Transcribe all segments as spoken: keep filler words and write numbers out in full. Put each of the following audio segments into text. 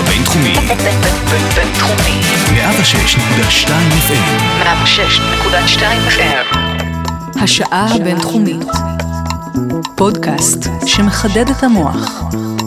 הבינתחומי. בינתחומי. מאה ושש נקודה שתיים אף אם. מאה ושש נקודה שתיים אף אם. השעה הבינתחומית. פודקאסט שמחדד את המוח.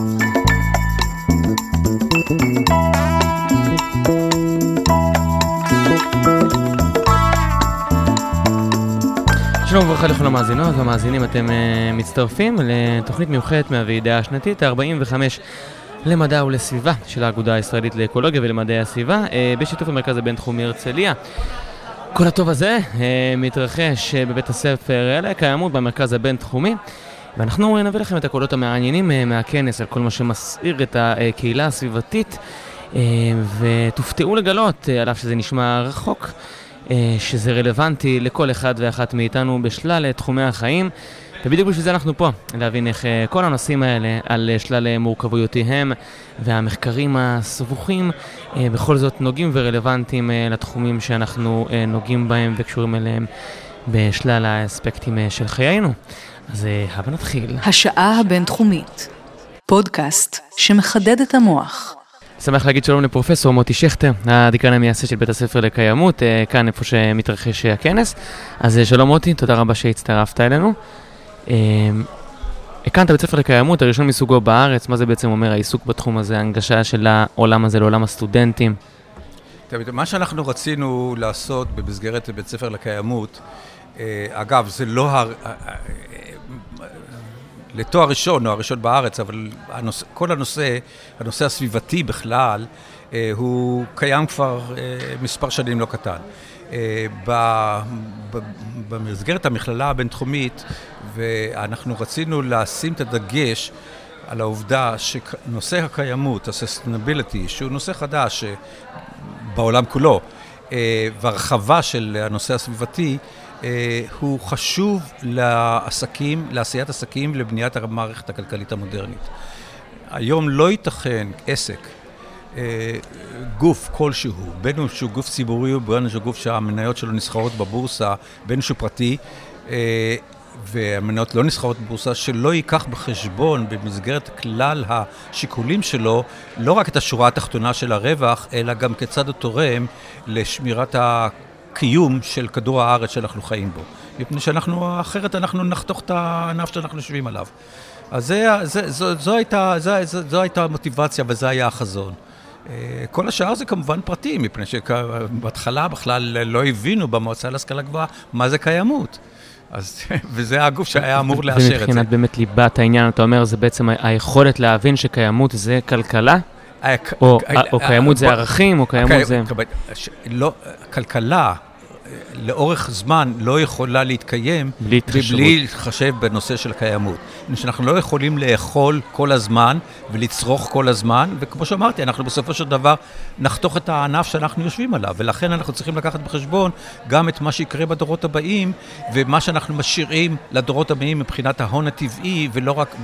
שלום וברכה לכל המאזינות והמאזינים, אתם uh, מצטרפים לתוכנית מיוחדת מהוועידה השנתית ה-ארבעים וחמש למדע ולסביבה של האגודה הישראלית לאקולוגיה ולמדעי הסביבה uh, בשיתוף המרכז הבינתחומי הרצליה. כל הטוב הזה uh, מתרחש uh, בבית הספר אלה קיימות במרכז הבינתחומי, ואנחנו uh, נביא לכם את הקולות המעניינים uh, מהכנס על כל מה שמסעיר את הקהילה הסביבתית, uh, ותופתעו לגלות, uh, על אף שזה נשמע רחוק, שזה רלוונטי לכל אחד ואחת מאיתנו בשלל תחומי החיים, ובדיוק בשביל זה אנחנו פה, להבין איך כל הנושאים האלה על שלל מורכבויותיהם והמחקרים הסבוכים בכל זאת נוגעים ורלוונטיים לתחומים שאנחנו נוגעים בהם וקשורים אליהם בשלל האספקטים של חיינו. אז הבה נתחיל. השעה הבינתחומית, פודקאסט שמחדד את המוח. שמח להגיד שלום לפרופסור מוטי שכטר, הדיקן המייסד של בית הספר לקיימות, כאן איפה שמתרחש הכנס. אז שלום מוטי, תודה רבה שהצטרפת אלינו. הקמת בית ספר לקיימות, הראשון מסוגו בארץ. מה זה בעצם אומר העיסוק בתחום הזה, ההנגשה של העולם הזה לעולם הסטודנטים? מה שאנחנו רצינו לעשות במסגרת בית ספר לקיימות, אגב, זה לא ה... לתואר ראשון, או הראשון בארץ, אבל הנושא, כל הנושא, הנושא הסביבתי בכלל, אה, הוא קיים כבר אה, מספר שנים לא קטן. אה, ב, ב, במסגרת המכללה הבינתחומית, ואנחנו רצינו לשים את הדגש על העובדה שנושא הקיימות, ה-sustainability, שהוא נושא חדש אה, בעולם כולו, אה, והרחבה של הנושא הסביבתי, Uh, הוא חשוב לעסקים, לעשיית עסקים, לבניית המערכת הכלכלית המודרנית. היום לא ייתכן עסק, uh, גוף כלשהו, בין שהוא גוף ציבורי ובין שהוא גוף שהמניות שלו נסחרות בבורסה, בין שהוא פרטי, uh, והמניות לא נסחרות בבורסה, שלא ייקח בחשבון במסגרת כלל השיקולים שלו, לא רק את השורה התחתונה של הרווח, אלא גם כיצד הוא תורם לשמירת ה... קיום של כדור הארץ שאנחנו חיים בו. מפני שאנחנו, אחרת אנחנו נחתוך את הענף שאנחנו יושבים עליו. אז זה, זה, זו, זו הייתה, זו, זו, זו הייתה המוטיבציה וזה היה החזון. כל השאר זה כמובן פרטי, מפני שבהתחלה בכלל לא הבינו במועצה להשכלה גבוהה מה זה קיימות. אז, וזה הגוף שהיה אמור לאשר את זה. ומבחינת באמת ליבת העניין, אתה אומר, זה בעצם היכולת להבין שקיימות זה כלכלה? או קיימות זה ערכים, או קיימות זה... לא, כלכלה לאורך זמן לא יכולה להתקיים בלי להתחשב בנושא של קיימות. שאנחנו לא יכולים לאכול כל הזמן ולצרוך כל הזמן, וכמו שאמרתי, אנחנו בסופו של דבר נחתוך את הענף שאנחנו יושבים עליו, ולכן אנחנו צריכים לקחת בחשבון גם את מה שיקרה בדורות הבאים, ומה שאנחנו משאירים לדורות הבאים מבחינת ההון הטבעי, ולא רק...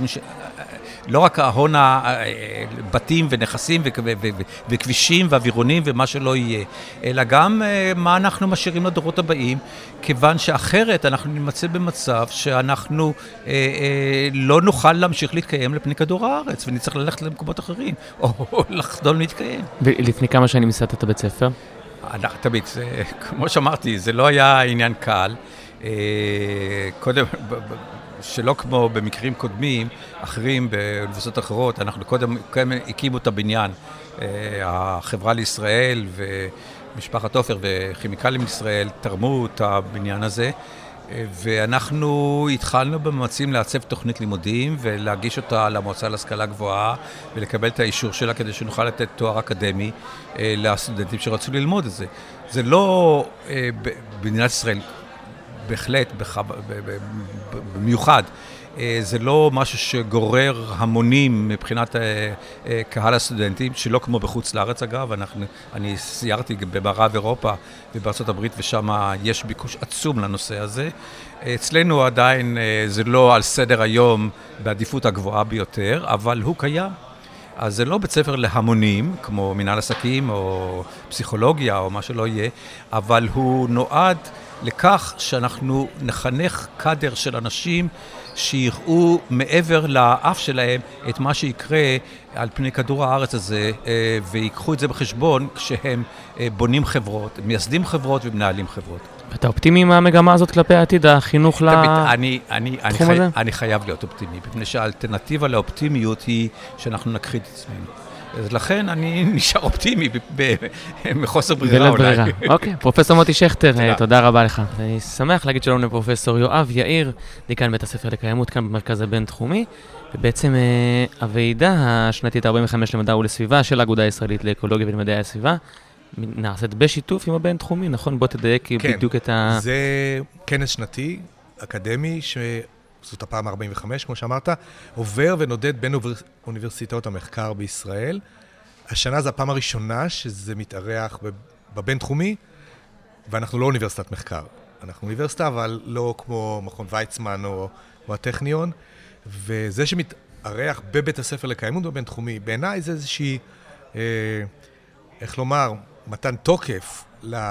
לא רק ההון הבתים ונכסים וכבישים ואווירונים ומה שלא יהיה, אלא גם מה אנחנו משאירים לדורות הבאים, כיוון שאחרת אנחנו נמצא במצב שאנחנו אה, אה, לא נוכל להמשיך להתקיים לפני כדור הארץ, ונצטרך ללכת למקומות אחרים, או לחדול להתקיים. ולפני כמה שנים ייסדת את הבית ספר? תמיד, זה, כמו שאמרתי, זה לא היה עניין קל. אה, קודם... שלא כמו במקרים קודמים, אחרים באוניברסיטאות אחרות, אנחנו קודם, קודם הקימו את הבניין, החברה לישראל ומשפחת עופר וכימיקלים לישראל תרמו את הבניין הזה, ואנחנו התחלנו במאמצים לעצב תוכנית לימודים ולהגיש אותה למועצה להשכלה גבוהה ולקבל את האישור שלה כדי שנוכל לתת תואר אקדמי לסטודנטים שרצו ללמוד את זה. זה לא במדינת ישראל, בהחלט, במיוחד. זה לא משהו שגורר המונים מבחינת קהל הסטודנטים, שלא כמו בחוץ לארץ אגב. אנחנו, אני סיירתי במערב אירופה ובארצות הברית, ושם יש ביקוש עצום לנושא הזה. אצלנו עדיין זה לא על סדר היום בעדיפות הגבוהה ביותר, אבל הוא קיים. אז זה לא בית ספר להמונים, כמו מנהל עסקים או פסיכולוגיה או מה שלא יהיה, אבל הוא נועד לכך שאנחנו נחנך קאדר של אנשים שיראו מעבר לאף שלהם את מה שיקרה על פני כדור הארץ הזה, ויקחו את זה בחשבון כשהם בונים חברות, מייסדים חברות ומנהלים חברות. אתה אופטימי עם המגמה הזאת כלפי העתיד, החינוך לתחום הזה? אני חייב להיות אופטימי, מפני שהאלטרנטיבה לאופטימיות היא שאנחנו נכחיד את עצמנו. אז לכן אני נשאר אופטימי מחוסר ברירה אולי. אוקיי, פרופסור מוטי שכטר, תודה רבה לך. אני שמח להגיד שלום לפרופסור יואב יאיר, דיקן בית הספר לקיימות כאן במרכז הבינתחומי, ובעצם הוועידה השנתית ארבעים וחמש למדע ולסביבה של האגודה הישראלית לאקולוגיה ולמדעי הסביבה, נעשית בשיתוף עם הבינתחומי, נכון? בוא תדייק בדיוק את ה... זה כנס שנתי, אקדמי, שזאת הפעם ארבעים וחמש, כמו שאמרת, עובר ונודד בין אוניברסיטאות המחקר בישראל. השנה זו הפעם הראשונה שזה מתארח בבינתחומי, ואנחנו לא אוניברסיטת מחקר. אנחנו אוניברסיטה, אבל לא כמו מכון ויצמן או, או הטכניון, וזה שמתארח בבית הספר לקיימות בבינתחומי, בעיניי זה איזושהי, אה, איך לומר, מתן תוקף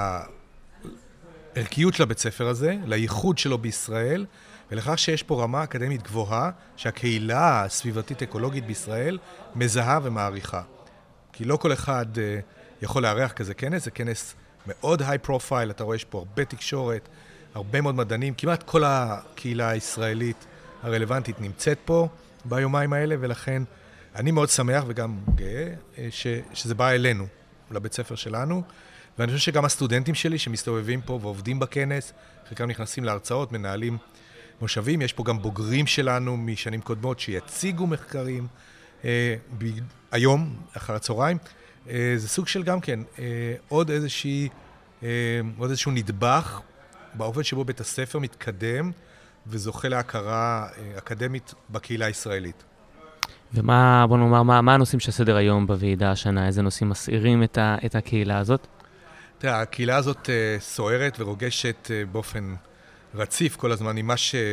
לערכיות של הבית ספר הזה, לייחוד שלו בישראל, ולכך שיש פה רמה אקדמית גבוהה, שהקהילה הסביבתית אקולוגית בישראל מזהה ומעריכה. כי לא כל אחד uh, יכול לארח כזה כנס, זה כנס מאוד היי פרופייל, אתה רואה יש פה הרבה תקשורת, הרבה מאוד מדענים, כמעט כל הקהילה הישראלית הרלוונטית נמצאת פה ביומיים האלה, ולכן אני מאוד שמח וגם גאה ש, שזה בא אלינו, לבית ספר שלנו, ואני חושב שגם הסטודנטים שלי שמסתובבים פה ועובדים בכנס, חלקם נכנסים להרצאות, מנהלים מושבים, יש פה גם בוגרים שלנו משנים קודמות שיציגו מחקרים אה, ב- היום, אחר הצהריים. אה, זה סוג של גם כן, אה, עוד איזושהי, אה, עוד איזשהו נדבך באופן שבו בית הספר מתקדם וזוכה להכרה אה, אקדמית בקהילה הישראלית. ומה, בוא נאמר, מה, מה הנושאים שהסדר היום בוועידה השנה? איזה נושאים מסעירים את, ה, את הקהילה הזאת? תראה, הקהילה הזאת אה, סוערת ורוגשת אה, באופן רציף כל הזמן עם מה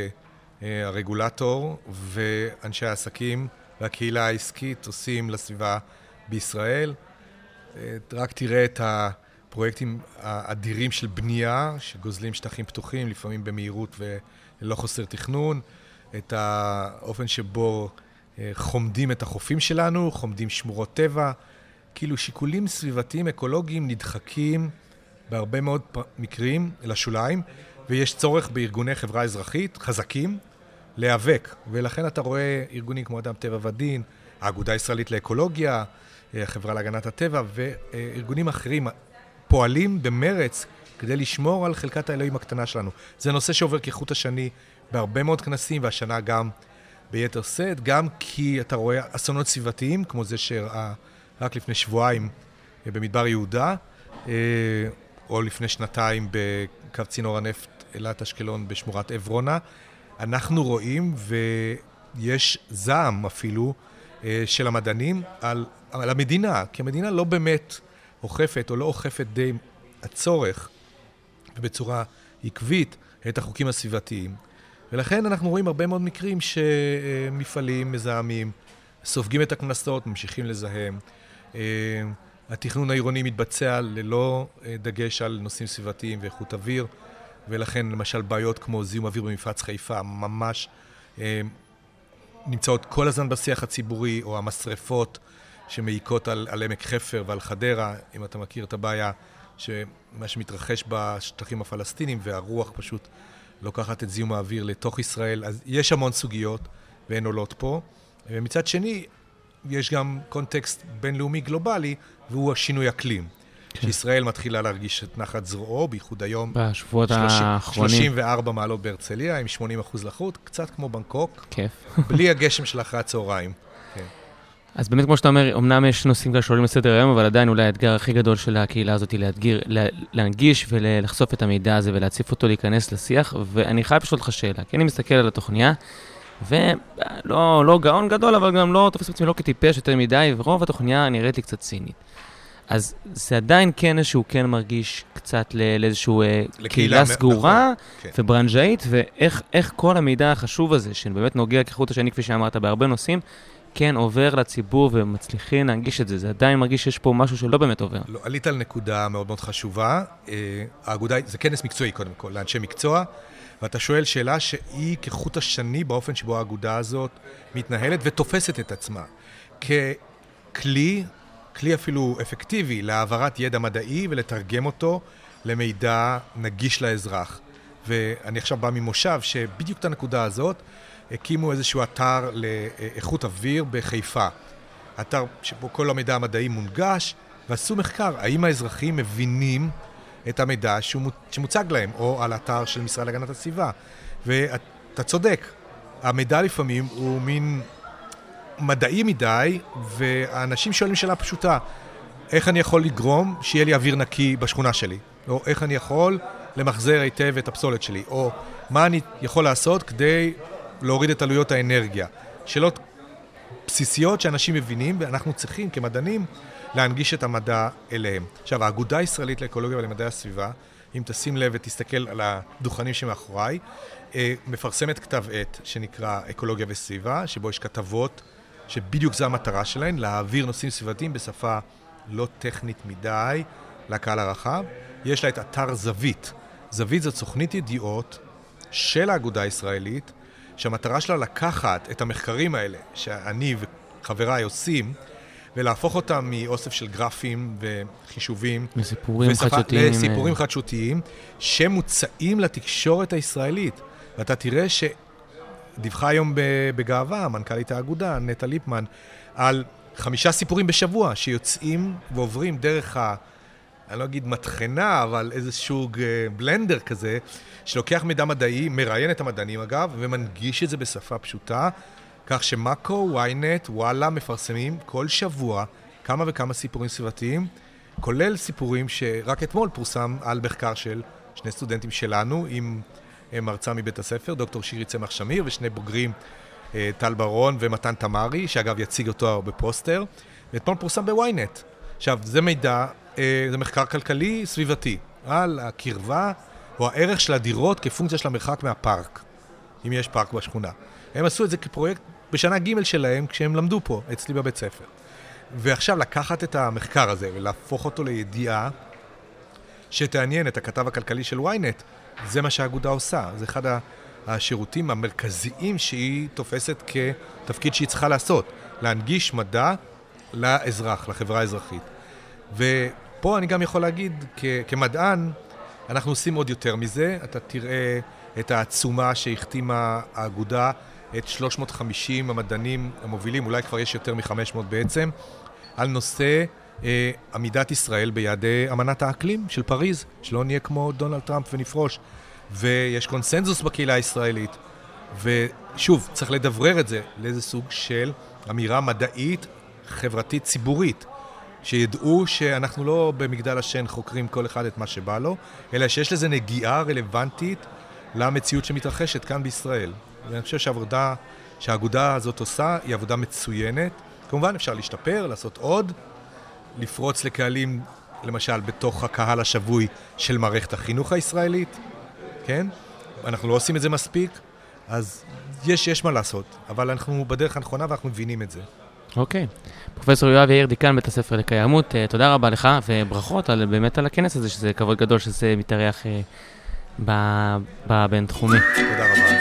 שהרגולטור ואנשי העסקים והקהילה העסקית עושים לסביבה בישראל. רק תראה את הפרויקטים האדירים של בנייה, שגוזלים שטחים פתוחים, לפעמים במהירות וללא חוסר תכנון, את האופן שבו חומדים את החופים שלנו, חומדים שמורות טבע, כאילו שיקולים סביבתיים אקולוגיים נדחקים בהרבה מאוד מקרים לשוליים, ויש צורך בארגוני חברה אזרחית חזקים להיאבק, ולכן אתה רואה ארגונים כמו אדם טבע ודין, האגודה הישראלית לאקולוגיה, החברה להגנת הטבע וארגונים אחרים פועלים במרץ כדי לשמור על חלקת האלוהים הקטנה שלנו. זה נושא שעובר כחוט השני בהרבה מאוד כנסים, והשנה גם ביתר שאת, גם כי אתה רואה אסונות סביבתיים, כמו זה שראה רק לפני שבועיים במדבר יהודה, או לפני שנתיים בקו צינור הנפט אלת אשקלון בשמורת עברונה. אנחנו רואים, ויש זעם אפילו, של המדענים על, על המדינה, כי המדינה לא באמת אוכפת או לא אוכפת די הצורך ובצורה עקבית את החוקים הסביבתיים. ולכן אנחנו רואים הרבה מאוד מקרים שמפעלים מזהמים, סופגים את הקנסות, ממשיכים לזהם. התכנון העירוני מתבצע ללא דגש על נושאים סביבתיים ואיכות אוויר, ולכן למשל בעיות כמו זיהום אוויר במפרץ חיפה ממש נמצאות כל הזמן בשיח הציבורי, או המשרפות שמעיקות על, על עמק חפר ועל חדרה, אם אתה מכיר את הבעיה, שמה שמתרחש בשטחים הפלסטינים, והרוח פשוט לוקחת את זיהום האוויר לתוך ישראל. אז יש המון סוגיות, והן עולות פה. ומצד שני, יש גם קונטקסט בינלאומי גלובלי, והוא השינוי אקלים. כן. שישראל מתחילה להרגיש את נחת זרועו, בייחוד היום. בשבועות האחרונים. שלושים וארבע מעלות בהרצליה, עם שמונים אחוז לחות, קצת כמו בנקוק. כיף. בלי הגשם של אחרי הצהריים. כן. אז באמת, כמו שאתה אומר, אמנם יש נושאים כאלה שעולים לסדר היום, אבל עדיין אולי האתגר הכי גדול של הקהילה הזאת היא להדגיר, להנגיש ולחשוף את המידע הזה ולהציף אותו להיכנס לשיח, ואני חייב לשאול לך שאלה, כי אני מסתכל על התוכניה, ולא לא גאון גדול, אבל גם לא תופס עצמי לא כטיפש יותר מדי, ורוב התוכניה נראית לי קצת צינית. אז זה עדיין כן איזשהו כן מרגיש קצת לאיזשהו קהילה סגורה וברנז'אית, ואיך כל המידע החשוב הזה, שבאמת נוגע כחוט השני, כפי שאמרת, בהרבה נושאים, כן עובר לציבור ומצליחים להנגיש את זה. זה עדיין מרגיש שיש פה משהו שלא באמת עובר. לא, עלית על נקודה מאוד מאוד חשובה. האגודה, זה כנס מקצועי קודם כל, לאנשי מקצוע, ואתה שואל שאלה שהיא כחוט השני באופן שבו האגודה הזאת מתנהלת ותופסת את עצמה. ככלי, כלי אפילו אפקטיבי להעברת ידע מדעי ולתרגם אותו למידע נגיש לאזרח. ואני עכשיו בא ממושב שבדיוק את הנקודה הזאת הקימו איזשהו אתר לאיכות אוויר בחיפה. אתר שבו כל המידע המדעי מונגש, ועשו מחקר, האם האזרחים מבינים את המידע שמוצג להם, או על אתר של משרד להגנת הסביבה. ואתה צודק, המידע לפעמים הוא מין מדעי מדי, והאנשים שואלים שאלה פשוטה, איך אני יכול לגרום שיהיה לי אוויר נקי בשכונה שלי? או איך אני יכול למחזר היטב את הפסולת שלי? או מה אני יכול לעשות כדי להוריד את עלויות האנרגיה? שאלות בסיסיות שאנשים מבינים, ואנחנו צריכים כמדענים להנגיש את המדע אליהם. עכשיו, האגודה הישראלית לאקולוגיה ולמדעי הסביבה, אם תשים לב ותסתכל על הדוכנים שמאחוריי, מפרסמת כתב עת שנקרא אקולוגיה וסביבה, שבו יש כתבות שבדיוק זו המטרה שלהן, להעביר נושאים סביבתיים בשפה לא טכנית מדי לקהל הרחב. יש לה את אתר זווית. זווית זו סוכנית ידיעות של האגודה הישראלית, שהמטרה שלה לקחת את המחקרים האלה שאני וחבריי עושים, ולהפוך אותם מאוסף של גרפים וחישובים. לסיפורים ושפה, חדשותיים. לסיפורים חדשותיים, שמוצאים לתקשורת הישראלית. ואתה תראה שדיווחה היום בגאווה, מנכ"לית האגודה, נטע ליפמן, על חמישה סיפורים בשבוע שיוצאים ועוברים דרך ה... אני לא אגיד מתחנה, אבל איזשהו בלנדר כזה, שלוקח מידע מדעי, מראיין את המדענים אגב, ומנגיש את זה בשפה פשוטה, כך שמאקו, וויינט, וואלה, מפרסמים כל שבוע כמה וכמה סיפורים סביבתיים, כולל סיפורים שרק אתמול פורסם על מחקר של שני סטודנטים שלנו, עם מרצה מבית הספר, דוקטור שירי צמח שמיר, ושני בוגרים, טל ברון ומתן תמרי, שאגב יציג אותו בפוסטר, ואתמול פורסם בוויינט. עכשיו, זה מידע, זה מחקר כלכלי סביבתי, על הקרבה או הערך של הדירות כפונקציה של המרחק מהפארק, אם יש פארק בשכונה. הם עשו את זה כפרויקט בשנה ג' שלהם, כשהם למדו פה, אצלי בבית ספר. ועכשיו לקחת את המחקר הזה ולהפוך אותו לידיעה שתעניין את הכתב הכלכלי של וויינט, זה מה שהאגודה עושה. זה אחד השירותים המרכזיים שהיא תופסת כתפקיד שהיא צריכה לעשות, להנגיש מדע לאזרח, לחברה האזרחית. ופה אני גם יכול להגיד, כ- כמדען, אנחנו עושים עוד יותר מזה. אתה תראה את העצומה שהחתימה האגודה, את שלוש מאות וחמישים המדענים המובילים, אולי כבר יש יותר מ-חמש מאות בעצם, על נושא אה, עמידת ישראל ביעדי אמנת האקלים של פריז, שלא נהיה כמו דונלד טראמפ ונפרוש. ויש קונסנזוס בקהילה הישראלית. ושוב, צריך לדברר את זה לאיזה סוג של אמירה מדעית, חברתית, ציבורית. שידעו שאנחנו לא במגדל השן חוקרים כל אחד את מה שבא לו, אלא שיש לזה נגיעה רלוונטית למציאות שמתרחשת כאן בישראל. ואני חושב שהעבודה שהאגודה הזאת עושה היא עבודה מצוינת. כמובן אפשר להשתפר, לעשות עוד, לפרוץ לקהלים, למשל, בתוך הקהל השבוי של מערכת החינוך הישראלית, כן? אנחנו לא עושים את זה מספיק, אז יש, יש מה לעשות, אבל אנחנו בדרך הנכונה ואנחנו מבינים את זה. אוקיי. פרופסור יואב יאיר, דיקן בית הספר לקיימות, תודה רבה לך, וברכות על, באמת על הכנס הזה, שזה כבוד גדול שזה מתארח בבינתחומי. תודה רבה.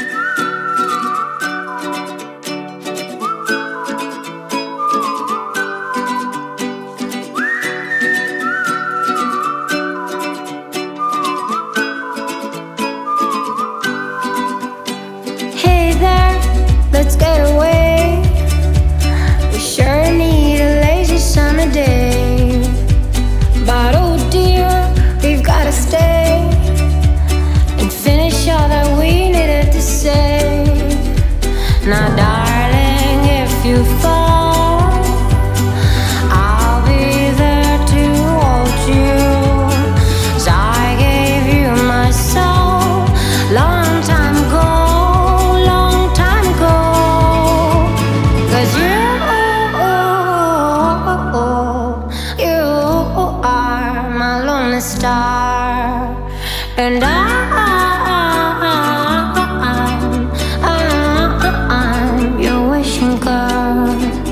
Hey there, let's get away. We sure need a lazy summer day. But oh dear, we've gotta stay and finish all that we needed to say. Now darling, if you fall, I'll be there to hold you. 'Cause I gave you my soul long time ago, long time ago. 'Cause you, you are my lonely star, and I, I'm, I'm your wishing girl.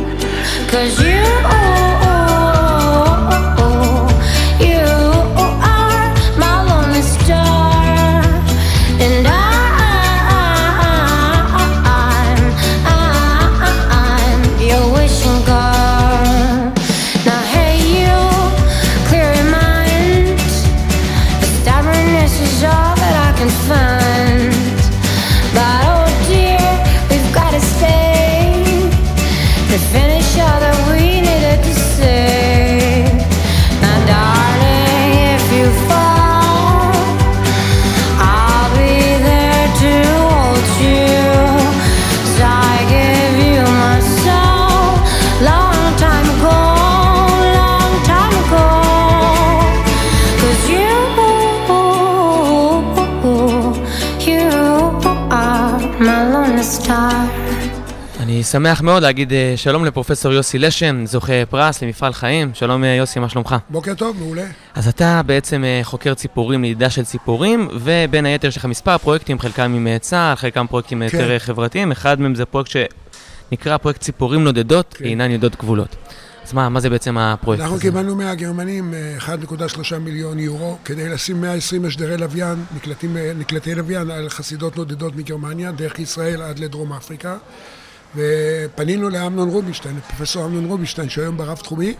אני שמח מאוד להגיד שלום לפרופסור יוסי לשם, זוכה פרס למפעל חיים. שלום יוסי, מה שלומך? בוקר טוב, מעולה. אז אתה בעצם חוקר ציפורים, לידה של ציפורים, ובין היתר יש לך מספר פרויקטים, חלקם עם צה"ל, חלקם פרויקטים כן. יותר חברתיים. אחד מהם זה פרויקט שנקרא פרויקט ציפורים נודדות, כן. אינן יודעות גבולות. אז מה, מה זה בעצם הפרויקט אנחנו הזה? אנחנו קיבלנו מהגרמנים אחד נקודה שלושה מיליון יורו כדי לשים מאה ועשרים משדרי לוויין, נקלטים, נקלטי לוויין על חסידות נודדות מגרמניה, דרך ישראל עד לדרום אפריקה. ופנינו לאמנון רובינשטיין, לפרופסור אמנון רובינשטיין, שהיום ברב תחומי,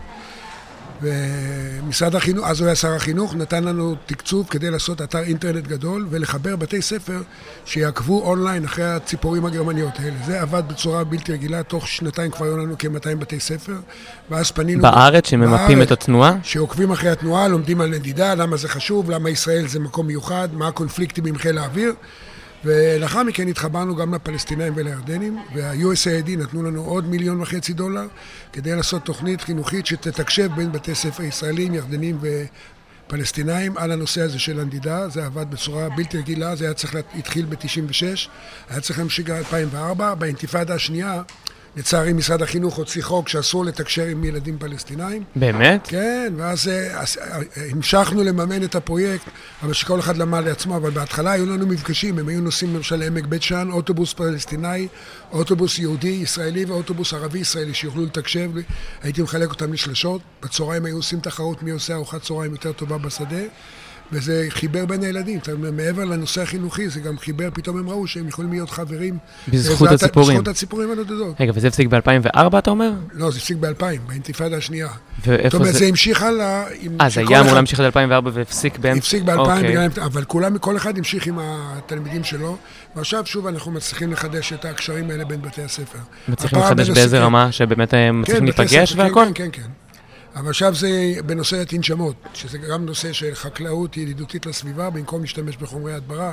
ומשרד החינוך, אז הוא היה שר החינוך, נתן לנו תקצוב כדי לעשות אתר אינטרנט גדול ולחבר בתי ספר שיעקבו אונליין אחרי הציפורים הגרמניות האלה. זה עבד בצורה בלתי רגילה, תוך שנתיים כבר היו לנו כ-מאתיים בתי ספר, ואז פנינו... בארץ שממפים את התנועה? שעוקבים אחרי התנועה, לומדים על נדידה, למה זה חשוב, למה ישראל זה מקום מיוחד, מה הקונפליקטים עם חיל האוויר. ולאחר מכן התחברנו גם לפלסטינאים ולירדנים, וה-יו אס איי די נתנו לנו עוד מיליון וחצי דולר כדי לעשות תוכנית חינוכית שתתקשב בין בתי ספר ישראלים, ירדנים ופלסטינאים על הנושא הזה של הנדידה. זה עבד בצורה בלתי רגילה, זה היה צריך להתחיל ב-תשעים ושש, היה צריך להמשיך ב-אלפיים וארבע, באינתיפאדה השנייה, לצערי משרד החינוך הוציא חוק שאסור לתקשר עם ילדים פלסטינאים. באמת? כן, ואז המשכנו לממן את הפרויקט, אבל שכל אחד למד לעצמו, אבל בהתחלה היו לנו מפגשים, הם היו נוסעים למשל לעמק בית שאן, אוטובוס פלסטיני, אוטובוס יהודי, ישראלי ואוטובוס ערבי ישראלי שיוכלו לתקשב, הייתי מחלק אותם לשלשות, בצהריים היו עושים תחרות מי עושה ארוחת צהריים יותר טובה בשדה, וזה חיבר בין הילדים, מעבר לנושא החינוכי, זה גם חיבר, פתאום הם ראו שהם יכולים להיות חברים. בזכות הציפורים. בזכות הציפורים הנודדות. רגע, וזה הפסיק ב-אלפיים וארבע, אתה אומר? לא, זה הפסיק ב-אלפיים, באינתיפאדה השנייה. ואיפה זה? זאת אומרת, זה המשיך הלאה. אה, זה היה אמור להמשיך עד אלפיים וארבע והפסיק באמצע? הפסיק ב-אלפיים, אבל כולם, כל אחד המשיך עם התלמידים שלו, ועכשיו שוב אנחנו מצליחים לחדש את הקשרים האלה בין בתי הספר. מצליחים לחדש באיזה רמה, שבאמת הם מצליחים להיפגש והכל? כן, כן, כן. אבל עכשיו זה בנושא התנשמות, שזה גם נושא של חקלאות ידידותית לסביבה, במקום להשתמש בחומרי הדברה,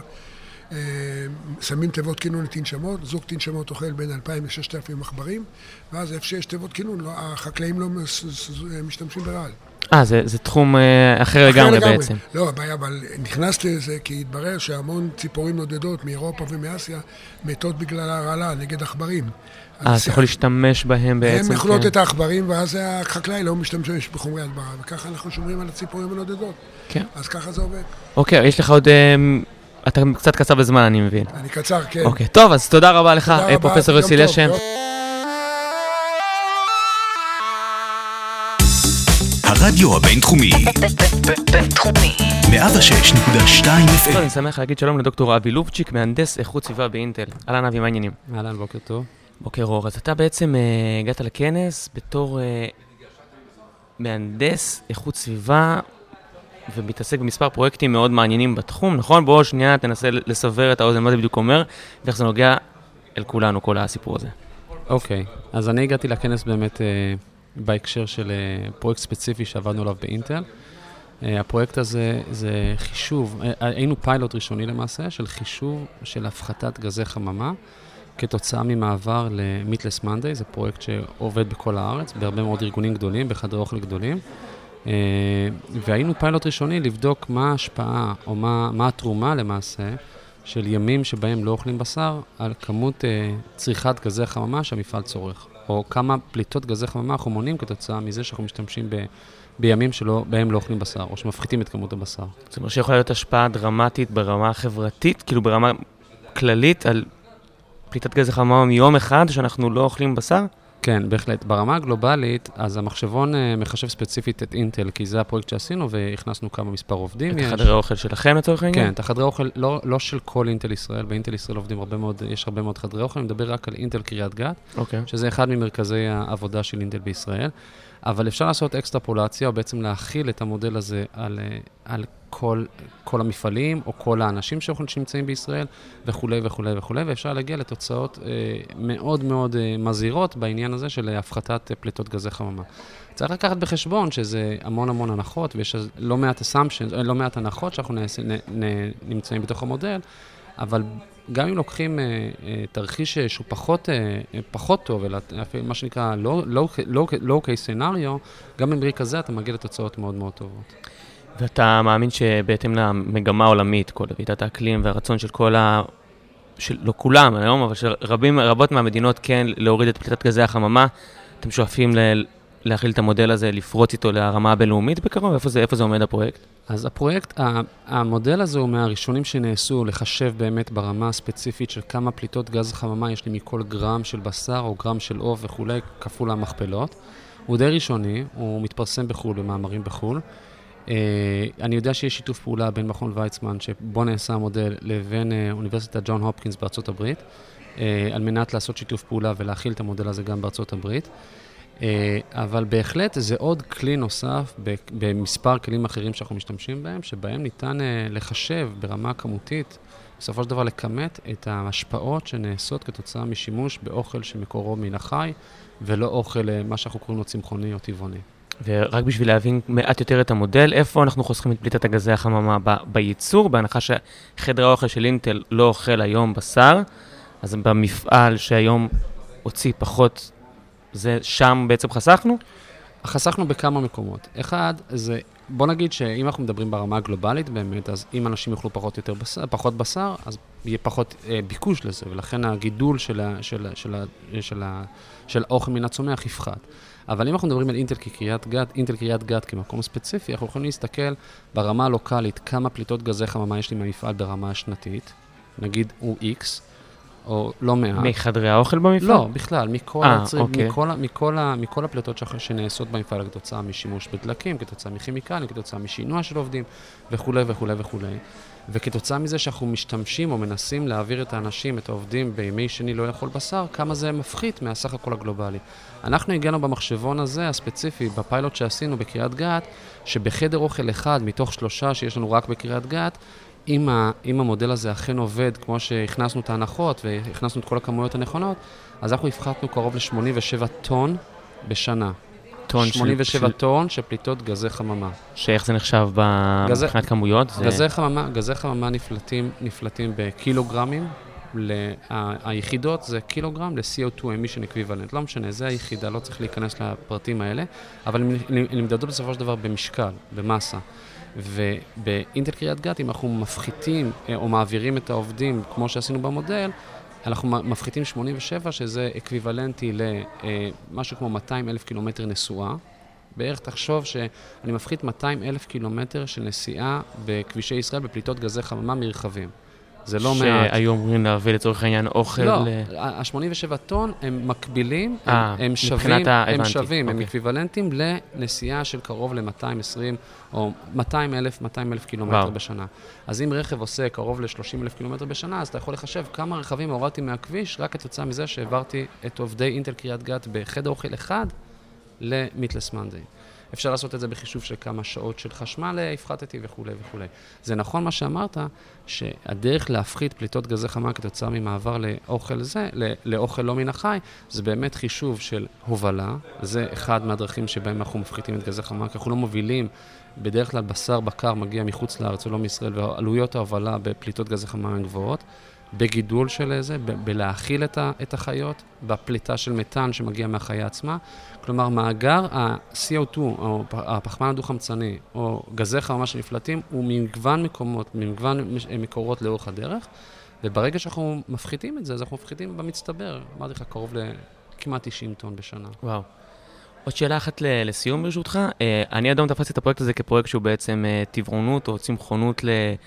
שמים תיבות כינון לתנשמות, זוג תנשמות אוכל בין אלפיים ל-ששת אלפים מחברים, ואז איפה שיש תיבות כינון, החקלאים לא משתמשים ברעל. אה, זה, זה תחום אה, אחר לגמרי בעצם. לא, הבעיה, אבל נכנסתי לזה כי התברר שהמון ציפורים נודדות מאירופה ומאסיה מתות בגלל הרעלה נגד עכברים. אה, אתה יכול להשתמש בהם בעצם. הם אוכלות את העכברים, ואז החקלאי לא משתמש בחומרי הדברה, וככה אנחנו שומרים על הציפורים הנודדות. כן. אז ככה זה עובד. אוקיי, יש לך עוד... אתה קצת קצר בזמן, אני מבין. אני קצר, כן. אוקיי, טוב, אז תודה רבה לך, פרופסור יוסי לשם. הרדיו הבינתחומי. בינתחומי. מאה ושש נקודה שתיים אף אם. אני שמח להגיד שלום לדוקטור אבי לובצ'יק, מהנדס איכות סביבה באינטל. אהלן אבי, מה העניינים? אהלן, בוקר טוב. בוקר אור. אז אתה בעצם הגעת לכנס בתור מהנדס איכות סביבה, ומתעסק במספר פרויקטים מאוד מעניינים בתחום, נכון? בואו שנייה תנסה לסבר את האוזן, מה זה בדיוק אומר, ואיך זה נוגע אל כולנו, כל הסיפור הזה. אוקיי, אז אני הגעתי לכנס באמת אה, בהקשר של אה, פרויקט ספציפי שעבדנו עליו באינטל. אה, הפרויקט הזה זה חישוב, אה, היינו פיילוט ראשוני למעשה, של חישוב של הפחתת גזי חממה, כתוצאה ממעבר ל-Meatless Monday, זה פרויקט שעובד בכל הארץ, בהרבה מאוד ארגונים גדולים, בחדרי אוכל גדולים. Uh, והיינו פיילוט ראשוני לבדוק מה ההשפעה או מה, מה התרומה למעשה של ימים שבהם לא אוכלים בשר על כמות uh, צריכת גזי חממה שהמפעל צורך, או כמה פליטות גזי חממה אנחנו מונים כתוצאה מזה שאנחנו משתמשים ב, בימים שבהם לא אוכלים בשר, או שמפחיתים את כמות הבשר. זאת אומרת שיכולה להיות השפעה דרמטית ברמה חברתית, כאילו ברמה כללית על פליטת גזי חממה מיום אחד שאנחנו לא אוכלים בשר? כן, בהחלט. ברמה הגלובלית, אז המחשבון מחשב ספציפית את אינטל, כי זה הפרויקט שעשינו, והכנסנו כמה מספר עובדים. את החדרי האוכל שלכם לצורך העניין? כן, את החדרי האוכל, לא, לא של כל אינטל ישראל, באינטל ישראל עובדים הרבה מאוד, יש הרבה מאוד חדרי אוכל, אני מדבר רק על אינטל קריית גת, okay. שזה אחד ממרכזי העבודה של אינטל בישראל, אבל אפשר לעשות אקסטרפולציה, או בעצם להכיל את המודל הזה על, על כל, כל המפעלים, או כל האנשים שנמצאים בישראל, וכו' וכו' וכו', ואפשר להגיע לתוצאות אה, מאוד מאוד אה, מזהירות בעניין הזה של הפחתת פליטות גזי חממה. צריך לקחת בחשבון שזה המון המון הנחות, ויש לא מעט assumptions, לא מעט הנחות שאנחנו נעשה, נ, נ, נמצאים בתוך המודל, אבל גם אם לוקחים אה, אה, תרחיש שהוא פחות, אה, פחות טוב, אלא מה שנקרא low case scenario, גם במקרה כזה אתה מגיע לתוצאות מאוד מאוד טובות. ואתה מאמין שבהתאם למגמה העולמית, כל ועידת האקלים והרצון של כל שלא כולם היום, אבל שרבים, רבות מהמדינות כן להוריד את פליטת גזי החממה, אתם שואפים ל... להכיל את המודל הזה, לפרוץ איתו לרמה הבינלאומית בקרוב? איפה זה, איפה זה עומד הפרויקט? אז הפרויקט, המודל הזה הוא מהראשונים שנעשו לחשב באמת ברמה הספציפית של כמה פליטות גז חממה יש לי מכל גרם של בשר או גרם של עוף וכולי, כפול המכפלות. הוא די ראשוני, הוא מתפרסם בחול, במאמרים בחול. אני יודע שיש שיתוף פעולה בין מכון ויצמן, שבו נעשה המודל, לבין אוניברסיטת ג'ון הופקינס בארצות הברית, על מנת לעשות שיתוף פעולה ולהכיל את המודל הזה גם בארצות הברית. אבל בהחלט זה עוד כלי נוסף במספר כלים אחרים שאנחנו משתמשים בהם, שבהם ניתן לחשב ברמה כמותית, בסופו של דבר לכמת את ההשפעות שנעשות כתוצאה משימוש באוכל שמקורו מן החי, ולא אוכל מה שאנחנו קוראים לו צמחוני או טבעוני. ורק בשביל להבין מעט יותר את המודל, איפה אנחנו חוסכים את פליטת הגזי החממה? בייצור, בהנחה שחדר האוכל של אינטל לא אוכל היום בשר, אז במפעל שהיום הוציא פחות, זה שם בעצם חסכנו? חסכנו בכמה מקומות. אחד, זה, בוא נגיד שאם אנחנו מדברים ברמה הגלובלית באמת, אז אם אנשים יאכלו פחות יותר בשר, פחות בשר, אז יהיה פחות אה, ביקוש לזה, ולכן הגידול של ה, של, של, של, של, של האוכל מן הצומח יפחת. אבל אם אנחנו מדברים על אינטל כקריית גת, אינטל קריית גת כמקום ספציפי, אנחנו יכולים להסתכל ברמה הלוקלית כמה פליטות גזי חממה יש לי מהמפעל ברמה השנתית, נגיד הוא X, או לא מעט. מחדרי האוכל במפעל? לא, בכלל, מכל, 아, הצריב, אוקיי. מכל, מכל, מכל הפליטות שנעשות במפעל כתוצאה משימוש בדלקים, כתוצאה מכימיקלים, כתוצאה משינוע של עובדים, וכו' וכו' וכו'. וכתוצאה מזה שאנחנו משתמשים או מנסים להעביר את האנשים, את העובדים בימי שני לא לאכול בשר, כמה זה מפחית מהסך הכל הגלובלי. אנחנו הגענו במחשבון הזה, הספציפי, בפיילוט שעשינו בקריית גת, שבחדר אוכל אחד מתוך שלושה שיש לנו רק בקריית גת, אם, ה, אם המודל הזה אכן עובד, כמו שהכנסנו את ההנחות והכנסנו את כל הכמויות הנכונות, אז אנחנו הפחתנו קרוב ל-שמונים ושבע טון בשנה. טון שמונים ושבע של... טון של פליטות גזי חממה. שאיך זה נחשב גזי... מבחינת כמויות? זה... גזי חממה, גזי חממה נפלטים, נפלטים בקילוגרמים. לה... היחידות זה קילוגרם ל-סי או טו emission equivalent. לא משנה, זה היחידה, לא צריך להיכנס לפרטים האלה, אבל הם נמדדו בסופו של דבר במשקל, במסה. ובאינטל קריית גת, אם אנחנו מפחיתים או מעבירים את העובדים, כמו שעשינו במודל, אנחנו מפחיתים שמונים ושבע, שזה אקוויוולנטי למשהו כמו מאתיים אלף קילומטר נסועה. בערך תחשוב שאני מפחית מאתיים אלף קילומטר של נסיעה בכבישי ישראל בפליטות גזי חממה מרחבים. זה לא מעט. שהיו אומרים להביא לצורך העניין אוכל... לא, ה-שמונים ושבע טון הם מקבילים, הם שווים, הם שווים, הם אקוויוולנטים לנסיעה של קרוב ל-מאתיים ועשרים או מאתיים אלף קילומטר בשנה. אז אם רכב עושה קרוב ל-שלושים אלף קילומטר בשנה, אז אתה יכול לחשב כמה רכבים הורדתי מהכביש, רק כתוצאה מזה שהעברתי את עובדי אינטל קריית גת בחדר אוכל אחד למיטלס מנדיי. אפשר לעשות את זה בחישוב של כמה שעות של חשמל, הפחתתי וכו' וכו'. זה נכון מה שאמרת, שהדרך להפחית פליטות גזי חממה כתוצאה ממעבר לאוכל זה, לאוכל לא מן החי, זה באמת חישוב של הובלה. זה אחד מהדרכים שבהם אנחנו מפחיתים את גזי חממה, כי אנחנו לא מובילים, בדרך כלל בשר בקר מגיע מחוץ לארץ ולא מישראל, ועלויות ההובלה בפליטות גזי חממה הן גבוהות. בגידול של זה, ב- בלהאכיל את, ה- את החיות, בפליטה של מתאן שמגיע מהחיה עצמה. כלומר, מאגר ה-סי או טו, או הפחמן הדו-חמצני, או גזי חממה שנפלטים, הוא ממגוון מקומות, ממגוון מקורות לאורך הדרך, וברגע שאנחנו מפחיתים את זה, אז אנחנו מפחיתים במצטבר, אמרתי לך, קרוב לכמעט תשעים טון בשנה. וואו. עוד שאלה אחת ל- לסיום ברשותך. אני אדם תפס את הפרויקט הזה כפרויקט שהוא בעצם טבעונות או צמחונות ל...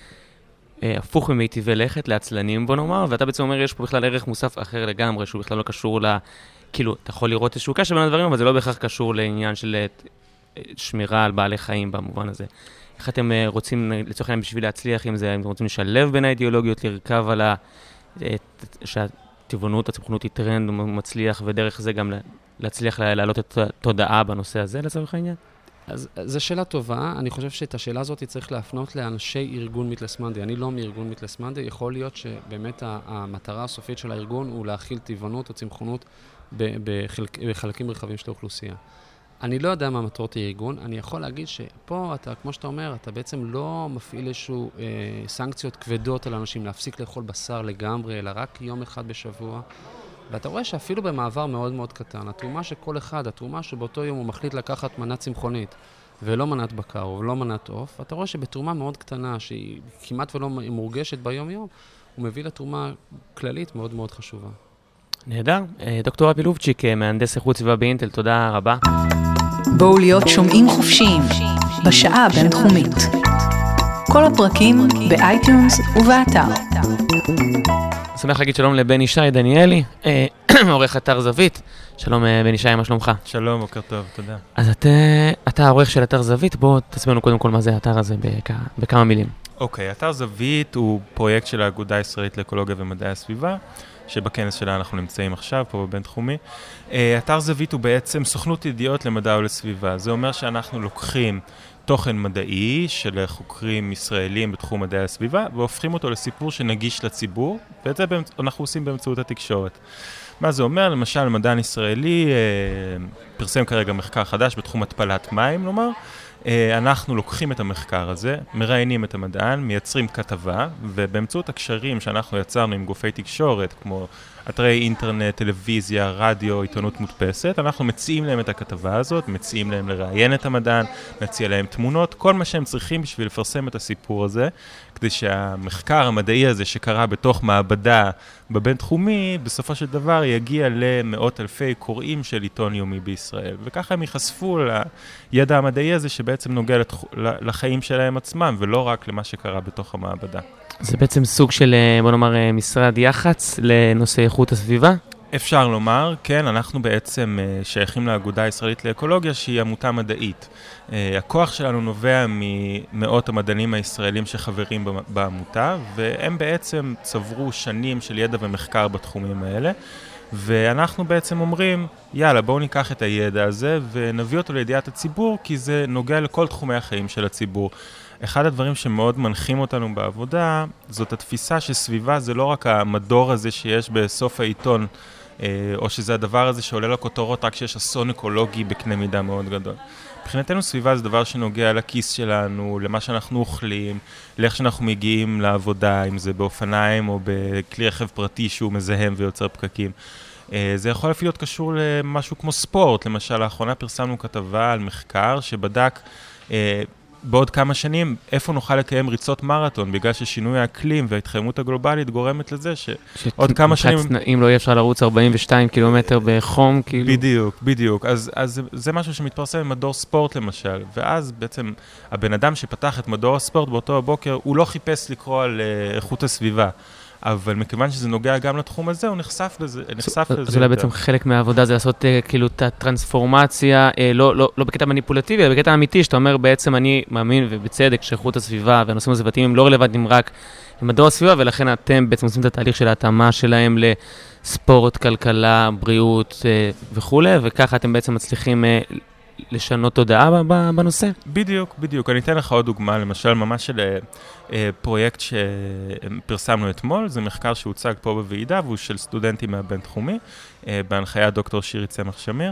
הפוך ממיטיבי לכת, לעצלנים בוא נאמר, ואתה בעצם אומר, יש פה בכלל ערך מוסף אחר לגמרי, שהוא בכלל לא קשור ל... כאילו, אתה יכול לראות איזשהו קשר בין הדברים, אבל זה לא בהכרח קשור לעניין של שמירה על בעלי חיים במובן הזה. איך אתם רוצים, לצורך העניין בשביל להצליח עם זה, אתם רוצים לשלב בין האידיאולוגיות, לרכב על ה... שהטבעונות, הצמחונות היא טרנד מצליח, ודרך זה גם להצליח להעלות את התודעה בנושא הזה, לצורך העניין? אז זו שאלה טובה. אני חושב שאת השאלה הזאת צריך להפנות לאנשי ארגון מיטלס מנדיי. אני לא מארגון מיטלס מנדיי. יכול להיות שבאמת המטרה הסופית של הארגון הוא להכיל טבעונות או צמחונות בחלק, בחלקים רחבים של האוכלוסייה. אני לא יודע מה מטרות הארגון. אני יכול להגיד שפה, אתה, כמו שאתה אומר, אתה בעצם לא מפעיל איזשהו אה, סנקציות כבדות על אנשים להפסיק לאכול בשר לגמרי, אלא רק יום אחד בשבוע. ואתה רואה שאפילו במעבר מאוד מאוד קטן, התרומה שכל אחד, התרומה שבאותו יום הוא מחליט לקחת מנה צמחונית, ולא מנת בקר ולא מנת עוף, אתה רואה שבתרומה מאוד קטנה, שהיא כמעט ולא מורגשת ביום יום, הוא מביא לתרומה כללית מאוד מאוד חשובה. נהדר. דוקטור אבי לובצ'יק, מהנדס איכות סביבה באינטל, תודה רבה. בואו להיות שומעים חופשיים, בשעה הבינתחומית. כל הפרקים באייטיונס ובאתר. שמח להגיד שלום לבן ישי דניאלי, עורך אתר זווית. שלום בן ישי, מה שלומך? שלום, בוקר טוב, תודה. אז אתה, אתה העורך של אתר זווית, בוא תסבירנו קודם כל מה זה האתר הזה בכ... בכמה מילים. אוקיי, אתר זווית הוא פרויקט של האגודה הישראלית לאקולוגיה ומדעי הסביבה, שבכנס שלה אנחנו נמצאים עכשיו, פה בבינתחומי. אתר זווית הוא בעצם סוכנות ידיעות למדע ולסביבה. זה אומר שאנחנו לוקחים תוכן מדעי של חוקרים ישראלים בתחום מדעי הסביבה, והופכים אותו לסיפור שנגיש לציבור, ואת זה אנחנו עושים באמצעות התקשורת. מה זה אומר? למשל, מדען ישראלי פרסם כרגע מחקר חדש בתחום התפלת מים, נאמר, אנחנו לוקחים את המחקר הזה, מראיינים את המדען, מייצרים כתבה, ובאמצעות הקשרים שאנחנו יצרנו עם גופי תקשורת, כמו אתרי אינטרנט, טלוויזיה, רדיו, עיתונות מודפסת, אנחנו מציעים להם את הכתבה הזאת, מציעים להם לראיין את המדען, מציע להם תמונות, כל מה שהם צריכים בשביל לפרסם את הסיפור הזה, כדי שהמחקר המדעי הזה שקרה בתוך מעבדה בבינתחומי, בסופו של דבר יגיע למאות אלפי קוראים של עיתון יומי בישראל. וככה הם ייחשפו לידע המדעי הזה שבעצם נוגע לחיים שלהם עצמם, ולא רק למה שקרה בתוך המעבדה. זה בעצם סוג של, בוא נאמר, משרד יח"צ לנושא איכות הסביבה? אפשר לומר, כן, אנחנו בעצם שייכים לאגודה הישראלית לאקולוגיה, שהיא עמותה מדעית. הכוח שלנו נובע ממאות המדענים הישראלים שחברים בעמותה, והם בעצם צברו שנים של ידע ומחקר בתחומים האלה, ואנחנו בעצם אומרים, יאללה, בואו ניקח את הידע הזה ונביא אותו לידיעת הציבור, כי זה נוגע לכל תחומי החיים של הציבור. אחד הדברים שמאוד מנחים אותנו בעבודה, זאת התפיסה שסביבה זה לא רק המדור הזה שיש בסוף העיתון, או שזה הדבר הזה שעולה לכותרות רק שיש אסון אקולוגי בקנה מידה מאוד גדול. מבחינתנו סביבה זה דבר שנוגע לכיס שלנו, למה שאנחנו אוכלים, לאיך שאנחנו מגיעים לעבודה, אם זה באופניים או בכלי רכב פרטי שהוא מזהם ויוצר פקקים. זה יכול אפילו להיות קשור למשהו כמו ספורט. למשל, לאחרונה פרסמנו כתבה על מחקר שבדק בעוד כמה שנים איפה נוכל לקיים ריצות מרתון, בגלל ששינוי האקלים וההתחממות הגלובלית גורמת לזה שעוד כמה שנים... אם לא יהיה אפשר לרוץ ארבעים ושתיים קילומטר בחום, כאילו... בדיוק, בדיוק. אז, אז זה משהו שמתפרסם במדור ספורט למשל, ואז בעצם הבן אדם שפתח את מדור הספורט באותו הבוקר, הוא לא חיפש לקרוא על איכות הסביבה. אבל מכיוון שזה נוגע גם לתחום הזה, הוא נחשף לזה, נחשף לזה. אז אולי בעצם חלק מהעבודה זה לעשות כאילו את הטרנספורמציה, לא, לא, לא בקטע מניפולטיבי, אלא בקטע אמיתי, שאתה אומר בעצם אני מאמין ובצדק שאיכות הסביבה והנושאים הסביבתיים הם לא רלוונטיים רק למדור הסביבה, ולכן אתם בעצם עושים את התהליך של ההתאמה שלהם לספורט, כלכלה, בריאות וכו', וככה אתם בעצם מצליחים לשנות תודעה בנושא? בדיוק, בדיוק. אני אתן לך עוד דוגמה, למשל ממש של פרויקט שפרסמנו אתמול, זה מחקר שהוצג פה בוועידה, והוא של סטודנטים מהבינתחומי, בהנחיית דוקטור שירי צמח שמיר.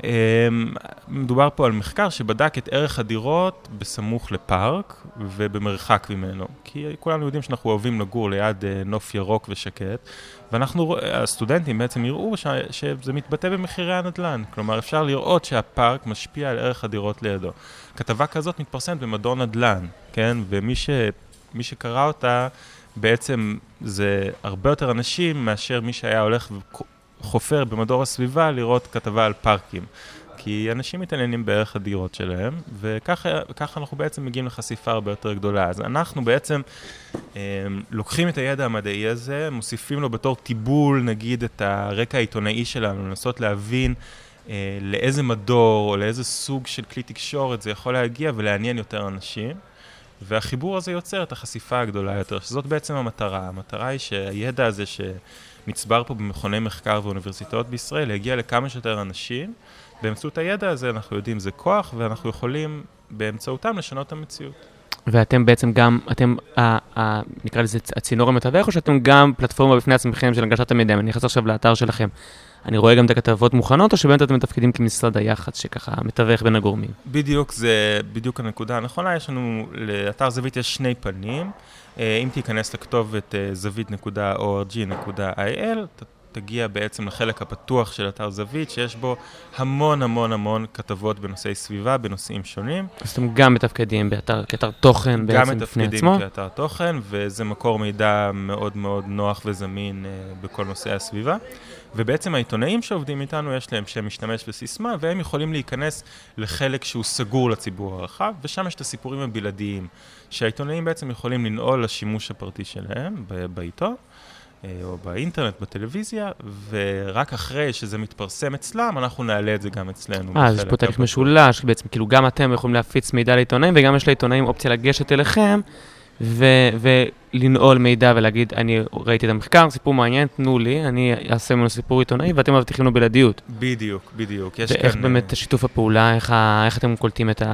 מדובר פה על מחקר שבדק את ערך הדירות בסמוך לפארק ובמרחק ממנו. כי כולנו יודעים שאנחנו אוהבים לגור ליד נוף ירוק ושקט, ואנחנו, הסטודנטים בעצם יראו ש, שזה מתבטא במחירי הנדל"ן. כלומר, אפשר לראות שהפארק משפיע על ערך הדירות לידו. כתבה כזאת מתפרסמת במדור נדל"ן, כן? ומי ש, מי שקרא אותה בעצם זה הרבה יותר אנשים מאשר מי שהיה הולך וחופר במדור הסביבה לראות כתבה על פארקים. כי אנשים מתעניינים בערך הדירות שלהם, וככה, וככה אנחנו בעצם מגיעים לחשיפה הרבה יותר גדולה. אז אנחנו בעצם אה, לוקחים את הידע המדעי הזה, מוסיפים לו בתור טיבול, נגיד, את הרקע העיתונאי שלנו, לנסות להבין אה, לאיזה מדור או לאיזה סוג של כלי תקשורת זה יכול להגיע ולעניין יותר אנשים. והחיבור הזה יוצר את החשיפה הגדולה יותר, שזאת בעצם המטרה. המטרה היא שהידע הזה שנצבר פה במכוני מחקר ואוניברסיטאות בישראל יגיע לכמה שיותר אנשים, באמצעות הידע הזה אנחנו יודעים זה כוח, ואנחנו יכולים באמצעותם לשנות את המציאות. ואתם בעצם גם, אתם, ה, ה, נקרא לזה הצינור המתווך, או שאתם גם פלטפורמה בפני עצמכם של הנגשת המידע? אני נכנס עכשיו לאתר שלכם. אני רואה גם את הכתבות מוכנות, או שבאמת אתם מתפקידים כמשרד היח"צ, שככה מתווך בין הגורמים? בדיוק, זה בדיוק הנקודה הנכונה. יש לנו, לאתר זווית יש שני פנים. אם תיכנס לכתובת זווית נקודה או אר ג'י נקודה איי אל, תגיע בעצם לחלק הפתוח של אתר זווית, שיש בו המון המון המון כתבות בנושאי סביבה, בנושאים שונים. אז אתם גם מתפקדים באתר, כאתר תוכן בעצם בפני עצמו? גם מתפקדים כאתר תוכן, וזה מקור מידע מאוד מאוד נוח וזמין uh, בכל נושאי הסביבה. ובעצם העיתונאים שעובדים איתנו, יש להם שם משתמש וסיסמה, והם יכולים להיכנס לחלק שהוא סגור לציבור הרחב, ושם יש את הסיפורים הבלעדיים, שהעיתונאים בעצם יכולים לנעול לשימוש הפרטי שלהם בעיתון, או באינטרנט, בטלוויזיה, ורק אחרי שזה מתפרסם אצלם, אנחנו נעלה את זה גם אצלנו. אה, אז יש פה תהליך משולש, בעצם כאילו גם אתם יכולים להפיץ מידע לעיתונאים, וגם יש לעיתונאים אופציה לגשת אליכם, ולנעול מידע ולהגיד, אני ראיתי את המחקר, סיפור מעניין, תנו לי, אני אעשה ממנו סיפור עיתונאי, ואתם מבטיחים לו בלעדיות. בדיוק, בדיוק. ואיך באמת שיתוף הפעולה, איך אתם קולטים את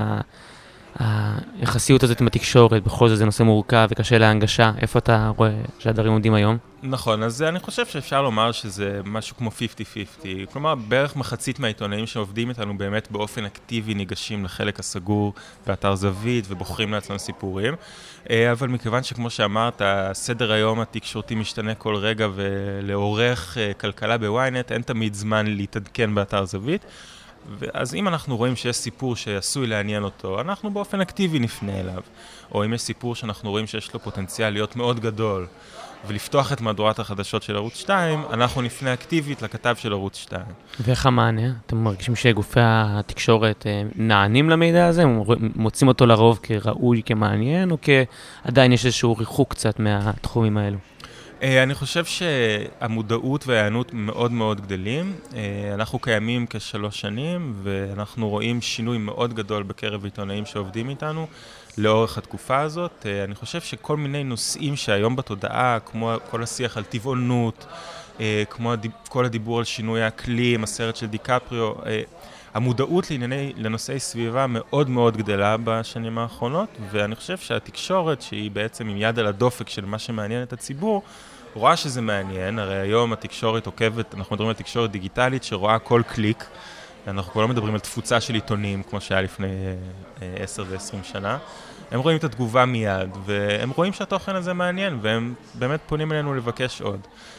היחסיות הזאת עם התקשורת, בכל זאת זה נושא מורכב וקשה להנגשה, איפה אתה רואה שהדברים עומדים היום? נכון, אז אני חושב שאפשר לומר שזה משהו כמו חמישים חמישים, כלומר בערך מחצית מהעיתונאים שעובדים איתנו באמת באופן אקטיבי ניגשים לחלק הסגור באתר זווית ובוחרים לעצמם סיפורים, אבל מכיוון שכמו שאמרת, סדר היום התקשורתי משתנה כל רגע ולעורך כלכלה בוויינט אין תמיד זמן להתעדכן באתר זווית, אז אם אנחנו רואים שיש סיפור שעשוי לעניין אותו, אנחנו באופן אקטיבי נפנה אליו. או אם יש סיפור שאנחנו רואים שיש לו פוטנציאל להיות מאוד גדול, ולפתוח את מהדורת החדשות של ערוץ שתיים, אנחנו נפנה אקטיבית לכתב של ערוץ שתיים. ואיך המענה? אתם מרגישים שגופי התקשורת נענים למידע הזה? מוצאים אותו לרוב כראוי, כמעניין, או כעדיין יש איזשהו ריחוק קצת מהתחומים האלו? אני חושב שהמודעות וההיענות מאוד מאוד גדלים. אנחנו קיימים כשלוש שנים, ואנחנו רואים שינוי מאוד גדול בקרב עיתונאים שעובדים איתנו לאורך התקופה הזאת. אני חושב שכל מיני נושאים שהיום בתודעה, כמו כל השיח על טבעונות, כמו כל הדיבור על שינוי האקלים, הסרט של דיקפריו, המודעות לענייני, לנושאי סביבה מאוד מאוד גדלה בשנים האחרונות, ואני חושב שהתקשורת, שהיא בעצם עם יד על הדופק של מה שמעניין את הציבור, רואה שזה מעניין. הרי היום התקשורת עוקבת, אנחנו מדברים על תקשורת דיגיטלית שרואה כל קליק, אנחנו כבר לא מדברים על תפוצה של עיתונים, כמו שהיה לפני עשר ועשרים שנה. הם רואים את התגובה מיד, והם רואים שהתוכן הזה מעניין, והם באמת פונים אלינו לבקש עוד.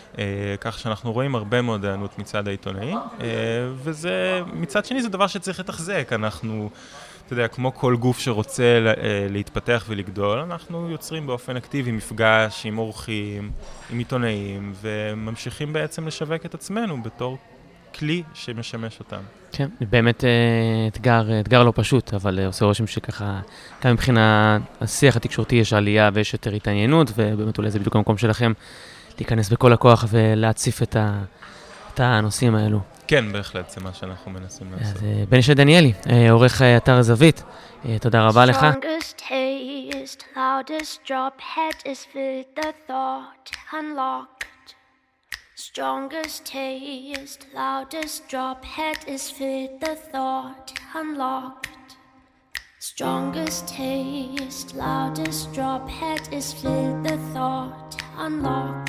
כך שאנחנו רואים הרבה מאוד הענות מצד העיתונאים, וזה, מצד שני, זה דבר שצריך לתחזק. אנחנו, אתה יודע, כמו כל גוף שרוצה להתפתח ולגדול, אנחנו יוצרים באופן אקטיבי מפגש עם אורחים, עם עיתונאים, וממשיכים בעצם לשווק את עצמנו בתור כלי שמשמש אותם. כן, באמת אתגר, אתגר לא פשוט, אבל עושה רושם שככה, גם מבחינת השיח התקשורתי יש עלייה ויש יותר התעניינות, ובאמת אולי זה בדיוק המקום שלכם להיכנס בכל הכוח ולהציף את, ה, את הנושאים האלו. כן, בהחלט, זה מה שאנחנו מנסים לעשות. אז בני שי דניאלי, עורך אתר זווית, תודה רבה לך. Strongest taste, loudest drop, head is with the thought unlocked. Strongest taste, loudest drop, head is with the thought unlocked. Strongest taste, loudest drop, head is with the thought unlocked.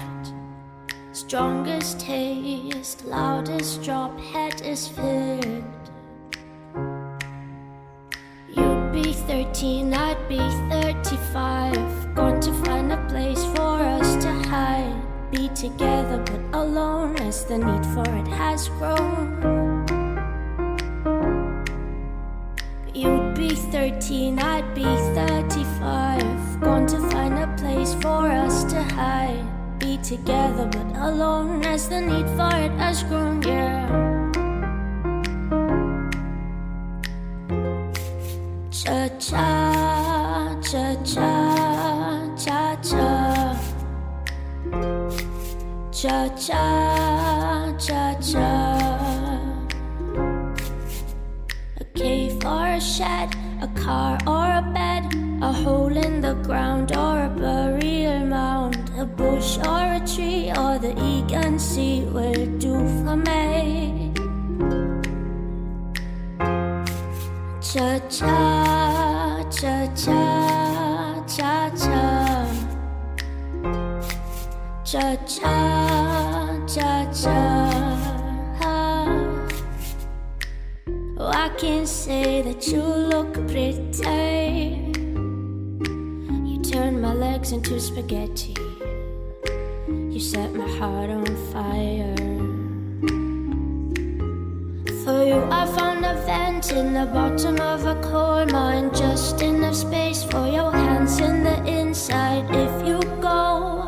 Strongest taste, loudest drop, head is filled. You'd be thirteen, I'd be thirty-five. Going to find a place for us to hide. Be together but alone as the need for it has grown. You'd be thirteen, I'd be thirty-five. Going to find a place for us to hide. Be together but alone as the need for it has grown, yeah. Cha-cha, cha-cha, cha-cha. Cha-cha, cha-cha. A cave or a shed, a car or a bed, a hole in the ground or a burial mound, a bush or a tree or the Egan Sea will do for me. Cha-cha, cha-cha, cha-cha. Cha-cha, cha-cha. Oh, I can say that you look pretty. You turn my legs into spaghetti. You set my heart on fire. For you I found a vent in the bottom of a coal mine, just enough space for your hands in the inside if you go.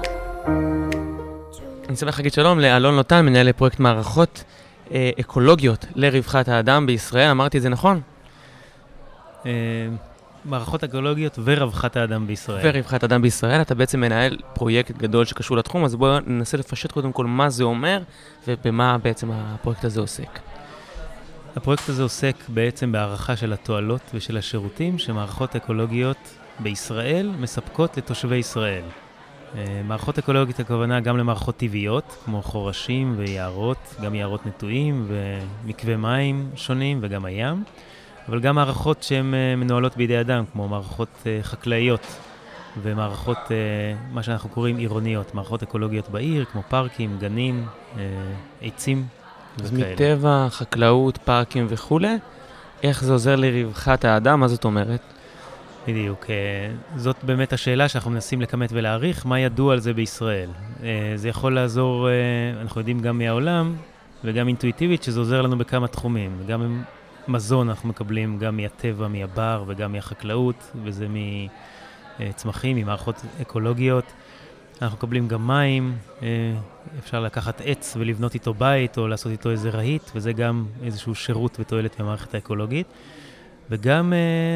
אני רוצה להגיד שלום לאלון לוטן, מנהל פרויקט מערכות אה, אקולוגיות לרווחת האדם בישראל. אמרתי את זה נכון? אה, מערכות אקולוגיות ורווחת האדם בישראל. ורווחת האדם בישראל. אתה בעצם מנהל פרויקט גדול שקשור לתחום, אז בואו ננסה לפשט קודם כל מה זה אומר ובמה בעצם הפרויקט הזה עוסק. הפרויקט הזה עוסק בעצם בהערכה של התועלות ושל השירותים שמערכות אקולוגיות בישראל מספקות לתושבי ישראל. מערכות אקולוגיות הכוונה גם למערכות טבעיות, כמו חורשים ויערות, גם יערות נטועים ומקווה מים שונים וגם הים, אבל גם מערכות שהן מנוהלות בידי אדם, כמו מערכות חקלאיות ומערכות, מה שאנחנו קוראים עירוניות, מערכות אקולוגיות בעיר, כמו פארקים, גנים, עצים אז וכאלה. מטבע, חקלאות, פארקים וכו', איך זה עוזר לרווחת האדם? מה זאת אומרת? בדיוק. זאת באמת השאלה שאנחנו מנסים לכמת ולהעריך, מה ידוע על זה בישראל. זה יכול לעזור, אנחנו יודעים גם מהעולם, וגם אינטואיטיבית, שזה עוזר לנו בכמה תחומים. גם עם מזון אנחנו מקבלים גם מהטבע, מהבר וגם מהחקלאות, וזה מצמחים, ממערכות אקולוגיות. אנחנו מקבלים גם מים, אפשר לקחת עץ ולבנות איתו בית, או לעשות איתו איזה רהיט, וזה גם איזשהו שירות ותועלת במערכת האקולוגית. וגם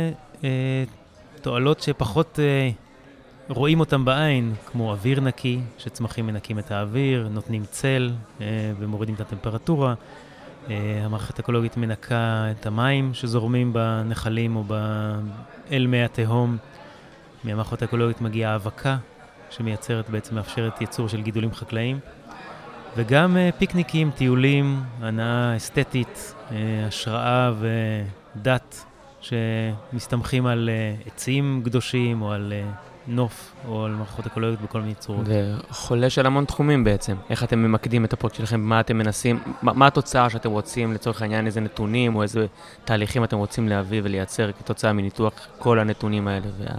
תועלות שפחות אה, רואים אותם בעין, כמו אוויר נקי, שצמחים מנקים את האוויר, נותנים צל אה, ומורידים את הטמפרטורה. אה, המערכת האקולוגית מנקה את המים שזורמים בנחלים או אל מי התהום. מהמערכות האקולוגית מגיעה האבקה, שמייצרת בעצם מאפשרת ייצור של גידולים חקלאיים. וגם אה, פיקניקים, טיולים, הנאה אסתטית, אה, השראה ודת, שמסתמכים על uh, עצים קדושים או על uh, נוף או על מערכות אקולוגיות בכל מיני צורות. וחולש על המון תחומים בעצם. איך אתם ממקדים את הפרויקט שלכם, מה אתם מנסים, מה, מה התוצאה שאתם רוצים, לצורך העניין איזה נתונים או איזה תהליכים אתם רוצים להביא ולייצר כתוצאה מניתוח כל הנתונים האלה. וה...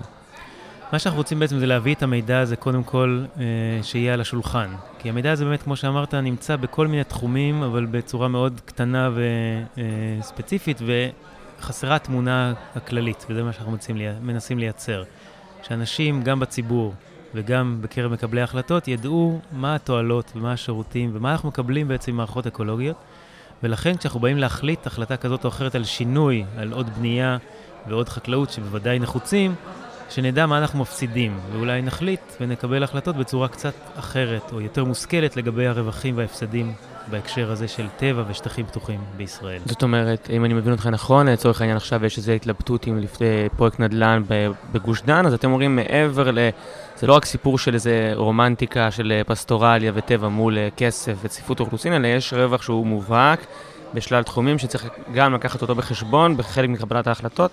מה שאנחנו רוצים בעצם זה להביא את המידע הזה קודם כל uh, שיהיה על השולחן. כי המידע הזה באמת, כמו שאמרת, נמצא בכל מיני תחומים, אבל בצורה מאוד קטנה וספציפית, uh, ו... חסרה התמונה הכללית, וזה מה שאנחנו מנסים, מנסים לייצר. שאנשים, גם בציבור וגם בקרב מקבלי ההחלטות, ידעו מה התועלות ומה השירותים ומה אנחנו מקבלים בעצם במערכות אקולוגיות. ולכן כשאנחנו באים להחליט החלטה כזאת או אחרת על שינוי, על עוד בנייה ועוד חקלאות שבוודאי נחוצים, שנדע מה אנחנו מפסידים, ואולי נחליט ונקבל החלטות בצורה קצת אחרת או יותר מושכלת לגבי הרווחים וההפסדים בהקשר הזה של טבע ושטחים פתוחים בישראל. זאת אומרת, אם אני מבין אותך נכון, לצורך העניין עכשיו יש איזו התלבטות עם לפני פרויקט נדל"ן בגוש דן, אז אתם אומרים מעבר ל... זה לא רק סיפור של איזה רומנטיקה של פסטורליה וטבע מול כסף וצפיפות אוכלוסין, אלא יש רווח שהוא מובהק בשלל תחומים שצריך גם לקחת אותו בחשבון בחלק מקבלת ההחלטות.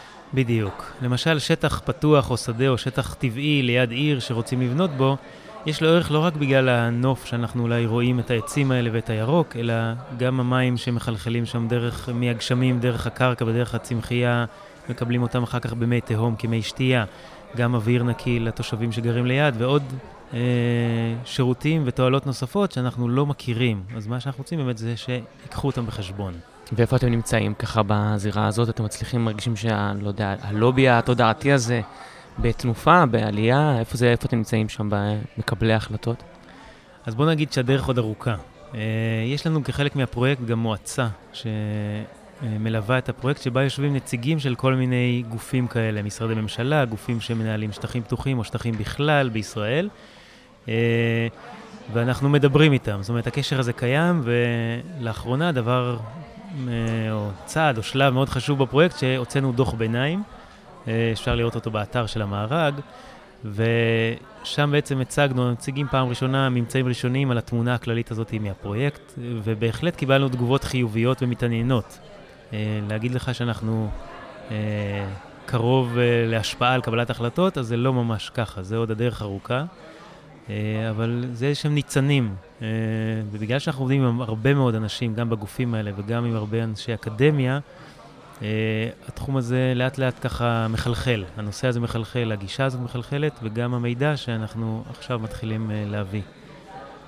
בדיוק. למשל, שטח פתוח או שדה או שטח טבעי ליד עיר שרוצים לבנות בו, יש לו ערך לא רק בגלל הנוף שאנחנו אולי רואים את העצים האלה ואת הירוק, אלא גם המים שמחלחלים שם דרך מהגשמים, דרך הקרקע, בדרך הצמחייה, מקבלים אותם אחר כך במי תהום כמי שתייה, גם אוויר נקי לתושבים שגרים ליד, ועוד אה, שירותים ותועלות נוספות שאנחנו לא מכירים. אז מה שאנחנו רוצים באמת זה שיקחו אותם בחשבון. ואיפה אתם נמצאים ככה בזירה הזאת? אתם מצליחים, מרגישים שה, לא יודע, הלובי התודעתי הזה בתנופה, בעלייה, איפה זה, איפה אתם נמצאים שם במקבלי ההחלטות? אז בוא נגיד שהדרך עוד ארוכה. יש לנו כחלק מהפרויקט גם מועצה שמלווה את הפרויקט, שבה יושבים נציגים של כל מיני גופים כאלה, משרדי ממשלה, גופים שמנהלים שטחים פתוחים או שטחים בכלל בישראל, ואנחנו מדברים איתם. זאת אומרת, הקשר הזה קיים, ולאחרונה דבר או צעד או שלב מאוד חשוב בפרויקט, שהוצאנו דוח ביניים, אפשר לראות אותו באתר של המארג, ושם בעצם הצגנו, נציגים פעם ראשונה, ממצאים ראשונים על התמונה הכללית הזאת מהפרויקט, ובהחלט קיבלנו תגובות חיוביות ומתעניינות. להגיד לך שאנחנו קרוב להשפעה על קבלת החלטות, אז זה לא ממש ככה, זה עוד הדרך ארוכה, אבל זה שהם ניצנים, ובגלל שאנחנו עובדים עם הרבה מאוד אנשים, גם בגופים האלה וגם עם הרבה אנשי אקדמיה, Uh, התחום הזה לאט לאט ככה מחלחל, הנושא הזה מחלחל, הגישה הזאת מחלחלת, וגם המידע שאנחנו עכשיו מתחילים uh, להביא.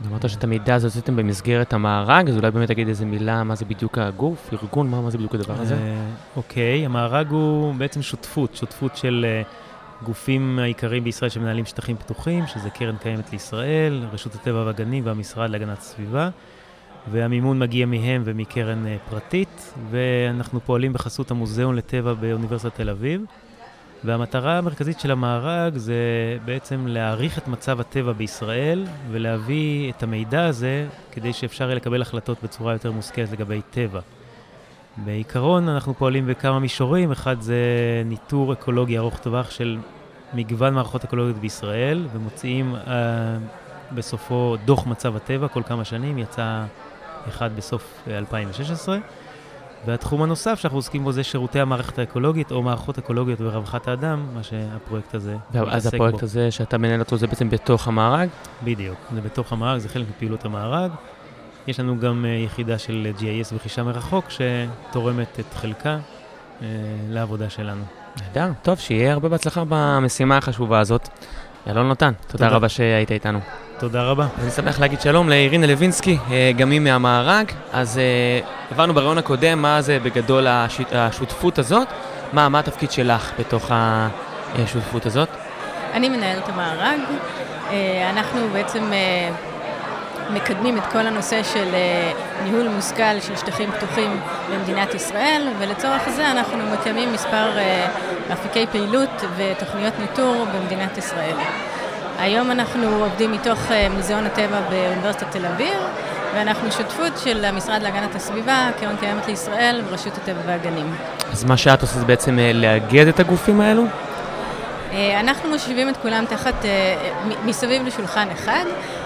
אמרת שאת המידע הזה עשיתם במסגרת המארג, אז אולי באמת תגיד איזה מילה, מה זה בדיוק הגוף, ארגון, מה, מה זה בדיוק הדבר הזה? אוקיי, המארג הוא בעצם שותפות, שותפות של גופים העיקריים בישראל שמנהלים שטחים פתוחים, שזה קרן קיימת לישראל, רשות הטבע והגנים והמשרד להגנת הסביבה, והמימון מגיע מהם ומקרן פרטית, ואנחנו פועלים בחסות המוזיאון לטבע באוניברסיטת תל אביב, והמטרה המרכזית של המארג זה בעצם להעריך את מצב הטבע בישראל ולהביא את המידע הזה כדי שאפשר יהיה לקבל החלטות בצורה יותר מושכלת לגבי טבע. בעיקרון אנחנו פועלים בכמה מישורים, אחד זה ניטור אקולוגי ארוך טווח של מגוון מערכות אקולוגיות בישראל, ומוציאים uh, בסופו דוח מצב הטבע כל כמה שנים, יצא אחד בסוף אלפיים ושש עשרה. והתחום הנוסף שאנחנו עוסקים בו זה שירותי המערכת האקולוגית או מערכות אקולוגיות ורווחת האדם, מה שהפרויקט הזה מתעסק בו. אז הפרויקט הזה שאתה מנהל אותו זה בעצם בתוך המארג? בדיוק, זה בתוך המארג, זה חלק מפעילות המארג. יש לנו גם יחידה של ג'י איי אס וחישה מרחוק שתורמת את חלקה אה, לעבודה שלנו. נהדר, טוב, שיהיה הרבה בהצלחה במשימה החשובה הזאת. אלון נותן, תודה, תודה רבה שהיית איתנו. תודה רבה. אני שמח להגיד שלום לאירינה לוינסקי, גם היא מהמארג. אז הבנו ברעיון הקודם מה זה בגדול השותפות הזאת. מה, מה התפקיד שלך בתוך השותפות הזאת? אני מנהלת המארג. אנחנו בעצם מקדמים את כל הנושא של ניהול מושכל של שטחים פתוחים במדינת ישראל, ולצורך זה אנחנו מקיימים מספר אפיקי פעילות ותוכניות ניטור במדינת ישראל. היום אנחנו עובדים מתוך מוזיאון הטבע באוניברסיטת תל אביב, ואנחנו שותפות של המשרד להגנת הסביבה, קרן קיימת לישראל ורשות הטבע והגנים. אז מה שאת עושה זה בעצם לאגד את הגופים האלו? אנחנו מושיבים את כולם תחת, מסביב לשולחן אחד,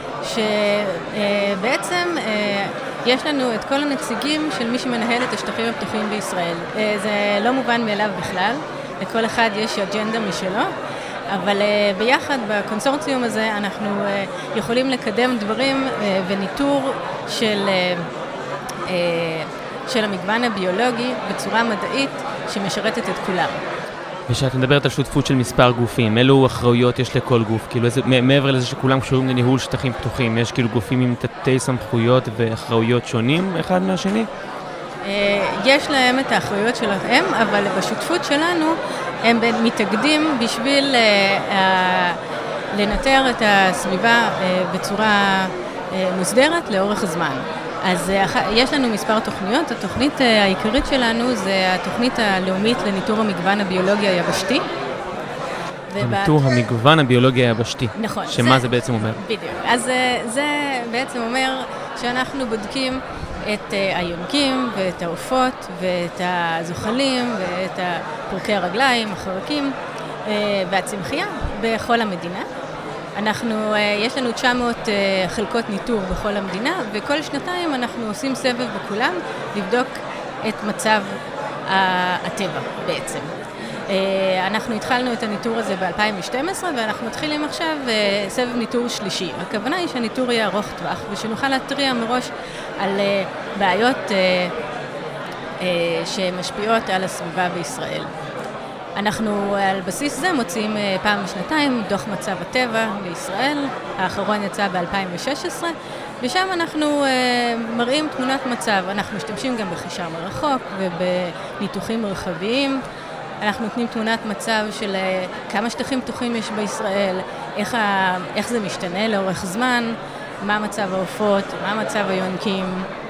שבעצם יש לנו את כל הנציגים של מי שמנהל את השטחים הפתוחים בישראל. זה לא מובן מאליו בכלל, לכל אחד יש אג'נדה משלו, אבל uh, ביחד בקונסורציום הזה אנחנו uh, יכולים לקדם דברים uh, וניטור של, uh, uh, של המגוון הביולוגי בצורה מדעית שמשרתת את כולם. ושאת מדברת על שותפות של מספר גופים, אילו אחראויות יש לכל גוף? כאילו איזה, מעבר לזה שכולם קשורים לניהול שטחים פתוחים, יש כאילו גופים עם תתי סמכויות ואחראויות שונים אחד מהשני? Uh, יש להם את האחראויות שלהם, אבל בשותפות שלנו הם מתאגדים בשביל uh, uh, לנטר את הסביבה uh, בצורה uh, מוסדרת לאורך זמן. אז uh, יש לנו מספר תוכניות. התוכנית uh, העיקרית שלנו זה התוכנית הלאומית לניטור המגוון הביולוגי היבשתי. הניטור ובא... המגוון הביולוגי היבשתי. נכון. שמה זה, זה בעצם אומר? בדיוק. אז uh, זה בעצם אומר שאנחנו בודקים את היונקים ואת העופות ואת הזוחלים ואת פורקי הרגליים, החרקים והצמחייה בכל המדינה. אנחנו, יש לנו תשע מאות חלקות ניטור בכל המדינה, וכל שנתיים אנחנו עושים סבב בכולם לבדוק את מצב הטבע בעצם. אנחנו התחלנו את הניטור הזה ב-אלפיים ושתים עשרה, ואנחנו מתחילים עכשיו סבב ניטור שלישי. הכוונה היא שהניטור יהיה ארוך טווח, ושנוכל להתריע מראש על בעיות שמשפיעות על הסביבה בישראל. אנחנו על בסיס זה מוצאים פעם בשנתיים דוח מצב הטבע בישראל, האחרון יצא ב-אלפיים ושש עשרה, ושם אנחנו מראים תמונת מצב. אנחנו משתמשים גם בחישה מרחוק ובניתוחים מרחביים. אנחנו נותנים תמונת מצב של כמה שטחים פתוחים יש בישראל, איך, ה, איך זה משתנה לאורך זמן, מה מצב העופות, מה מצב היונקים,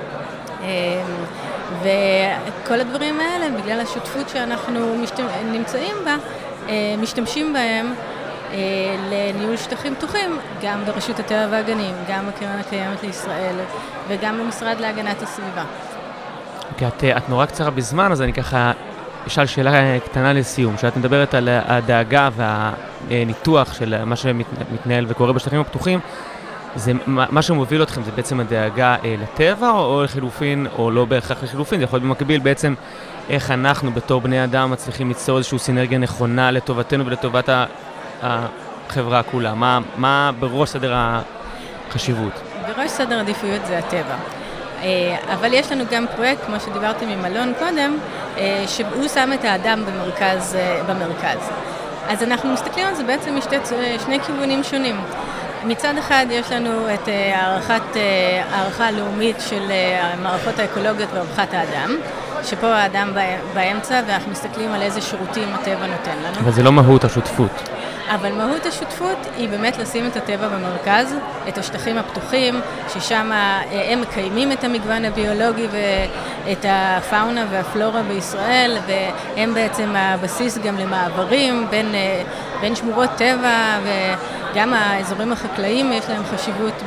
וכל הדברים האלה, בגלל השותפות שאנחנו משת... נמצאים בה, משתמשים בהם לניהול שטחים פתוחים, גם ברשות הטבע והגנים, גם בקרן הקיימת לישראל, וגם במשרד להגנת הסביבה. אוקיי, את, את נורא קצרה בזמן, אז אני ככה אשאל שאלה קטנה לסיום. שאת מדברת על הדאגה והניתוח של מה שמתנהל וקורה בשטחים הפתוחים, זה מה שמוביל אתכם, זה בעצם הדאגה לטבע או לחילופין, או לא בהכרח לחילופין, זה יכול להיות במקביל בעצם איך אנחנו בתור בני אדם מצליחים ליצור איזושהי סינרגיה נכונה לטובתנו ולטובת החברה כולה. מה, מה בראש סדר החשיבות? בראש סדר עדיפויות זה הטבע. אבל יש לנו גם פרויקט, כמו שדיברתם עם אלון קודם, שהוא שם את האדם במרכז, במרכז. אז אנחנו מסתכלים על זה בעצם משתי, שני כיוונים שונים. מצד אחד יש לנו את הערכת, הערכה הלאומית של המערכות האקולוגיות ורווחת האדם, שפה האדם באמצע, ואנחנו מסתכלים על איזה שירותים הטבע נותן לנו. אבל זה לא מהות השותפות. אבל מהות השותפות היא באמת לשים את הטבע במרכז, את השטחים הפתוחים, ששם הם מקיימים את המגוון הביולוגי ואת הפאונה והפלורה בישראל, והם בעצם הבסיס גם למעברים בין, בין שמורות טבע, וגם האזורים החקלאיים יש להם חשיבות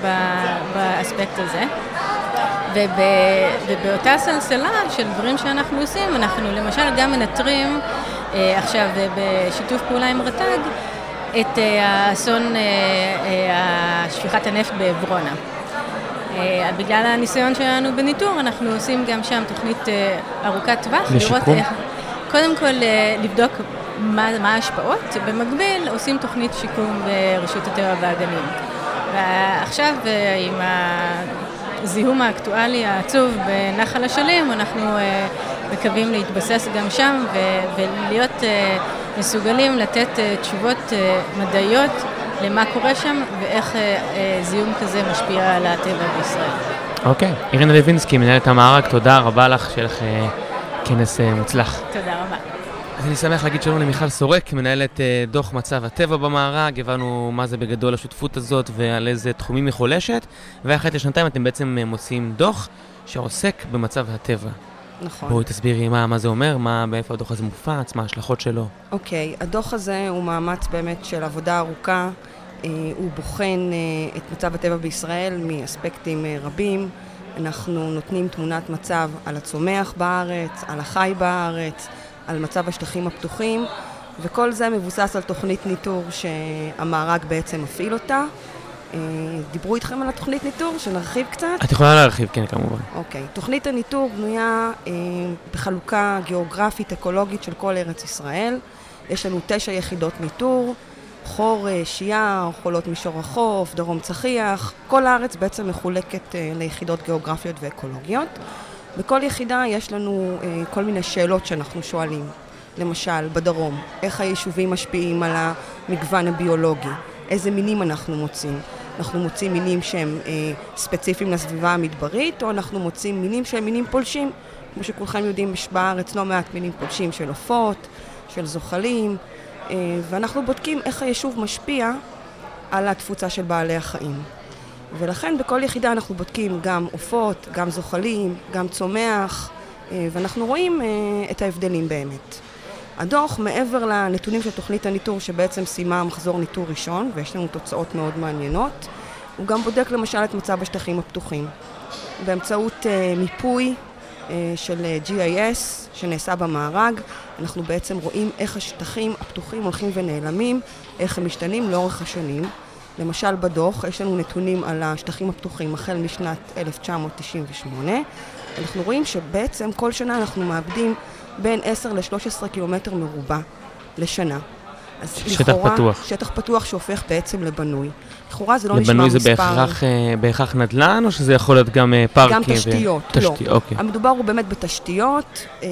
באספקט הזה. וב, ובאותה סלסלה של דברים שאנחנו עושים, אנחנו למשל גם מנטרים אה, עכשיו בשיתוף פעולה עם רט"ג את אה, האסון אה, אה, שפיכת הנפט בעברונה. אה, בגלל הניסיון שלנו בניטור, אנחנו עושים גם שם תוכנית אה, ארוכת טווח, לראות איך, קודם כל אה, לבדוק מה, מה ההשפעות, במקביל עושים תוכנית שיקום ברשות הטבע והגנים. ועכשיו אה, עם ה... הזיהום האקטואלי העצוב בנחל אשלים, אנחנו uh, מקווים להתבסס גם שם ו- ולהיות uh, מסוגלים לתת uh, תשובות uh, מדעיות למה קורה שם ואיך uh, uh, זיהום כזה משפיע על הטבע בישראל. אוקיי, okay. אירינה לוינסקי, מנהלת המארג, תודה רבה לך, שיהיה לך uh, כנס uh, מוצלח. תודה רבה. אז אני שמח להגיד שלום למיכל סורק, מנהלת uh, דוח מצב הטבע במארג, הבנו מה זה בגדול השותפות הזאת ועל איזה תחומים היא חולשת, ואחת לשנתיים אתם בעצם uh, מוצאים דוח שעוסק במצב הטבע. נכון. בואי תסבירי מה, מה זה אומר, מה, באיפה הדוח הזה מופץ, מה ההשלכות שלו. אוקיי, okay, הדוח הזה הוא מאמץ באמת של עבודה ארוכה, uh, הוא בוחן uh, את מצב הטבע בישראל מאספקטים uh, רבים, אנחנו נותנים תמונת מצב על הצומח בארץ, על החי בארץ, על מצב השטחים הפתוחים, וכל זה מבוסס על תוכנית ניטור שהמארג בעצם מפעיל אותה. דיברו איתכם על התוכנית ניטור, שנרחיב קצת? את יכולה להרחיב, כן, כמובן. אוקיי. תוכנית הניטור בנויה בחלוקה גיאוגרפית אקולוגית של כל ארץ ישראל. יש לנו תשע יחידות ניטור, חור שיער, חולות מישור החוף, דרום צחיח. כל הארץ בעצם מחולקת ליחידות גיאוגרפיות ואקולוגיות. בכל יחידה יש לנו אה, כל מיני שאלות שאנחנו שואלים. למשל, בדרום, איך היישובים משפיעים על המגוון הביולוגי? איזה מינים אנחנו מוצאים? אנחנו מוצאים מינים שהם אה, ספציפיים לסביבה המדברית, או אנחנו מוצאים מינים שהם מינים פולשים. כמו שכולכם יודעים, יש בארץ לא מעט מינים פולשים של עופות, של זוחלים, אה, ואנחנו בודקים איך היישוב משפיע על התפוצה של בעלי החיים. ולכן בכל יחידה אנחנו בודקים גם עופות, גם זוחלים, גם צומח, ואנחנו רואים את ההבדלים באמת. הדוח, מעבר לנתונים של תוכנית הניטור שבעצם סיימה מחזור ניטור ראשון, ויש לנו תוצאות מאוד מעניינות, הוא גם בודק למשל את מצב השטחים הפתוחים. באמצעות מיפוי של ג'י איי אס שנעשה במארג, אנחנו בעצם רואים איך השטחים הפתוחים הולכים ונעלמים, איך הם משתנים לאורך השנים. למשל בדוח יש לנו נתונים על השטחים הפתוחים החל משנת אלף תשע מאות תשעים ושמונה. אנחנו רואים שבעצם כל שנה אנחנו מאבדים בין עשר ל-שלוש עשרה קילומטר מרובע לשנה. אז שטח לכאורה, פתוח. שטח פתוח שהופך בעצם לבנוי. לכאורה זה לא נשמע לבנוי מספר... זה בהכרח, בהכרח נדל"ן, או שזה יכול להיות גם פארקים? גם תשתיות, ו... לא. תשתי... אוקיי. המדובר הוא באמת בתשתיות אה,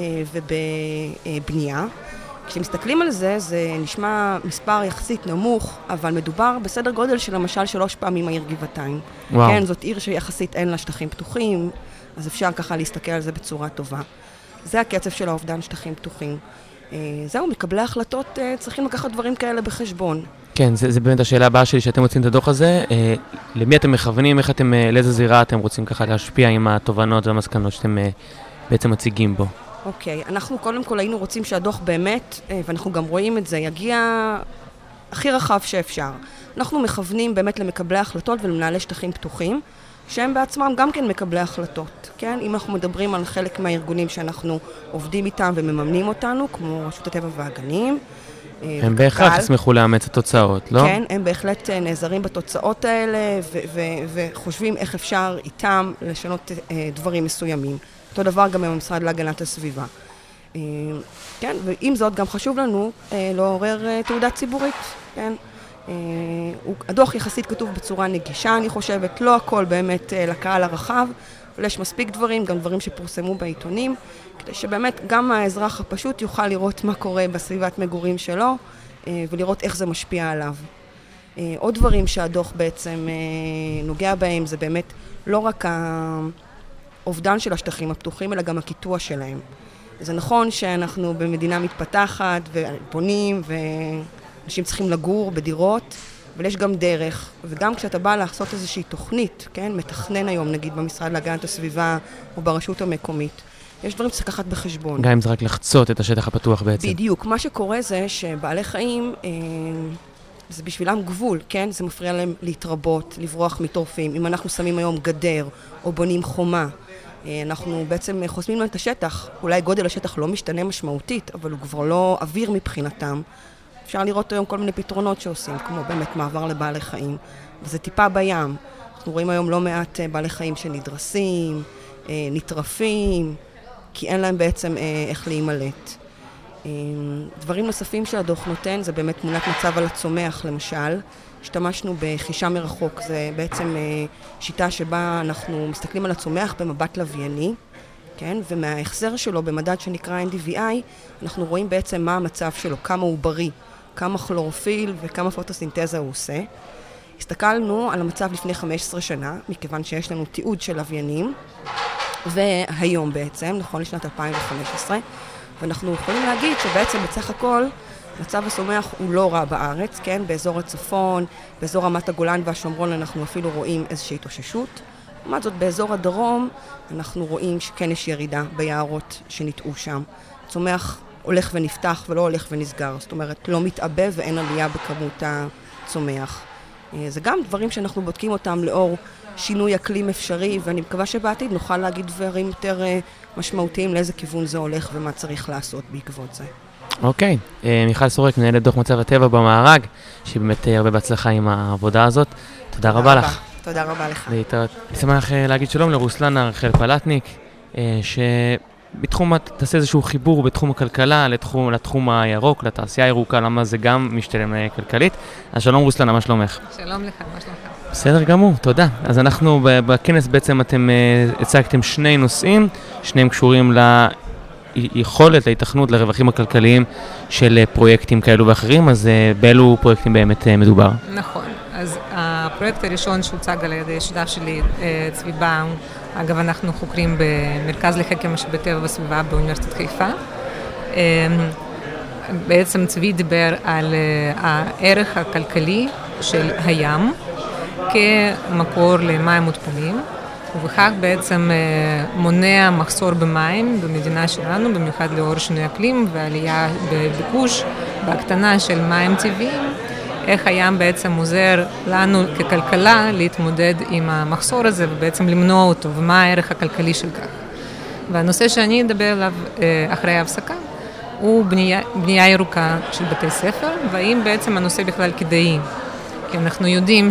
ובבנייה. כשמסתכלים על זה, זה נשמע מספר יחסית נמוך, אבל מדובר בסדר גודל של למשל שלוש פעמים העיר גבעתיים. וואו. כן, זאת עיר שיחסית אין לה שטחים פתוחים, אז אפשר ככה להסתכל על זה בצורה טובה. זה הקצב של האובדן שטחים פתוחים. זהו, מקבלי ההחלטות צריכים לקחת דברים כאלה בחשבון. כן, זה, זה באמת השאלה הבאה שלי, שאתם רוצים את הדוח הזה. אה, למי אתם מכוונים, איך אתם, לאיזה זירה אתם רוצים ככה להשפיע עם התובנות והמסקנות שאתם אה, בעצם מציגים בו? אוקיי, אנחנו קודם כל היינו רוצים שהדוח באמת, ואנחנו גם רואים את זה, יגיע הכי רחב שאפשר. אנחנו מכוונים באמת למקבלי ההחלטות ולמנהלי שטחים פתוחים, שהם בעצמם גם כן מקבלי החלטות, כן? אם אנחנו מדברים על חלק מהארגונים שאנחנו עובדים איתם ומממנים אותנו, כמו רשות הטבע והגנים, הם בהכרח ישמחו לאמץ את התוצאות, לא? כן, הם בהחלט נעזרים בתוצאות האלה ו- ו- וחושבים איך אפשר איתם לשנות דברים מסוימים. אותו דבר גם עם המשרד להגנת הסביבה. כן, ועם זאת גם חשוב לנו לעורר תעודה ציבורית, כן? הדוח יחסית כתוב בצורה נגישה, אני חושבת, לא הכל באמת לקהל הרחב, אבל יש מספיק דברים, גם דברים שפורסמו בעיתונים, כדי שבאמת גם האזרח הפשוט יוכל לראות מה קורה בסביבת מגורים שלו, ולראות איך זה משפיע עליו. עוד דברים שהדוח בעצם נוגע בהם, זה באמת לא רק האובדן של השטחים הפתוחים, אלא גם הקיטוע שלהם. זה נכון שאנחנו במדינה מתפתחת ובונים, ואנשים צריכים לגור בדירות, אבל יש גם דרך, וגם כשאתה בא לעשות איזושהי תוכנית, כן, מתכנן היום נגיד במשרד להגנת הסביבה או ברשות המקומית, יש דברים שצריך לקחת בחשבון. גם אם זה רק לחצות את השטח הפתוח בעצם. בדיוק. מה שקורה זה שבעלי חיים, אה, זה בשבילם גבול, כן? זה מפריע להם להתרבות, לברוח מטורפים. אם אנחנו שמים היום גדר או בונים חומה, אה, אנחנו בעצם חוסמים להם את השטח. אולי גודל השטח לא משתנה משמעותית, אבל הוא כבר לא אוויר מבחינתם. אפשר לראות היום כל מיני פתרונות שעושים, כמו באמת מעבר לבעלי חיים. וזה טיפה בים. אנחנו רואים היום לא מעט בעלי חיים שנדרסים, אה, נטרפים, כי אין להם בעצם אה, איך להימלט. אה, דברים נוספים שהדוח נותן, זה באמת תמונת מצב על הצומח, למשל. השתמשנו בחישה מרחוק, זה בעצם אה, שיטה שבה אנחנו מסתכלים על הצומח במבט לווייני, כן? ומההחזר שלו במדד שנקרא אן די וי איי, אנחנו רואים בעצם מה המצב שלו, כמה הוא בריא, כמה כלורופיל וכמה פוטוסינתזה הוא עושה. הסתכלנו על המצב לפני חמש עשרה שנה, מכיוון שיש לנו תיעוד של לוויינים, והיום בעצם, נכון לשנת אלפיים וחמש עשרה, ואנחנו יכולים להגיד שבעצם בסך הכל מצב הצומח הוא לא רע בארץ, כן? באזור הצפון, באזור רמת הגולן והשומרון אנחנו אפילו רואים איזושהי התאוששות. לעומת זאת, באזור הדרום אנחנו רואים שכן יש ירידה ביערות שניטעו שם. צומח הולך ונפתח ולא הולך ונסגר, זאת אומרת לא מתעבה ואין עלייה בכמות הצומח. זה גם דברים שאנחנו בודקים אותם לאור שינוי אקלים אפשרי, ואני מקווה שבעתיד נוכל להגיד דברים יותר משמעותיים לאיזה כיוון זה הולך ומה צריך לעשות בעקבות זה. אוקיי, מיכל סורק, מנהלת דוח מצב הטבע במארג, שהיא באמת הרבה בהצלחה עם העבודה הזאת. תודה רבה לך. תודה רבה לך. להתראות. אני שמח להגיד שלום לרוסלנה רחל פלטניק, שבתחום, תעשה איזשהו חיבור בתחום הכלכלה, לתחום, לתחום הירוק, לתעשייה הירוקה, למה זה גם משתלם כלכלית. אז שלום רוסלנה, מה שלומך? שלום לך, מה שלומך? בסדר גמור, תודה. אז אנחנו בכנס בעצם אתם הצגתם שני נושאים, שניהם קשורים ליכולת, להתכנות, לרווחים הכלכליים של פרויקטים כאלו ואחרים, אז באלו פרויקטים באמת מדובר? נכון. אז הפרויקט הראשון שהוצג על ידי שותף שלי, צבי באום, אגב אנחנו חוקרים במרכז לחקר משאבי טבע וסביבה באוניברסיטת חיפה. בעצם צבי דיבר על הערך הכלכלי של הים כמקור למים מותפלים, ובכך בעצם מונע מחסור במים במדינה שלנו, במיוחד לאור שינוי אקלים ועלייה בביקוש, בהקטנה של מים טבעיים. איך הים בעצם עוזר לנו ככלכלה להתמודד עם המחסור הזה ובעצם למנוע אותו, ומה הערך הכלכלי של כך. והנושא שאני אדבר עליו אחרי ההפסקה הוא בנייה, בנייה ירוקה של בתי ספר, והאם בעצם הנושא בכלל כדאי. כי אנחנו יודעים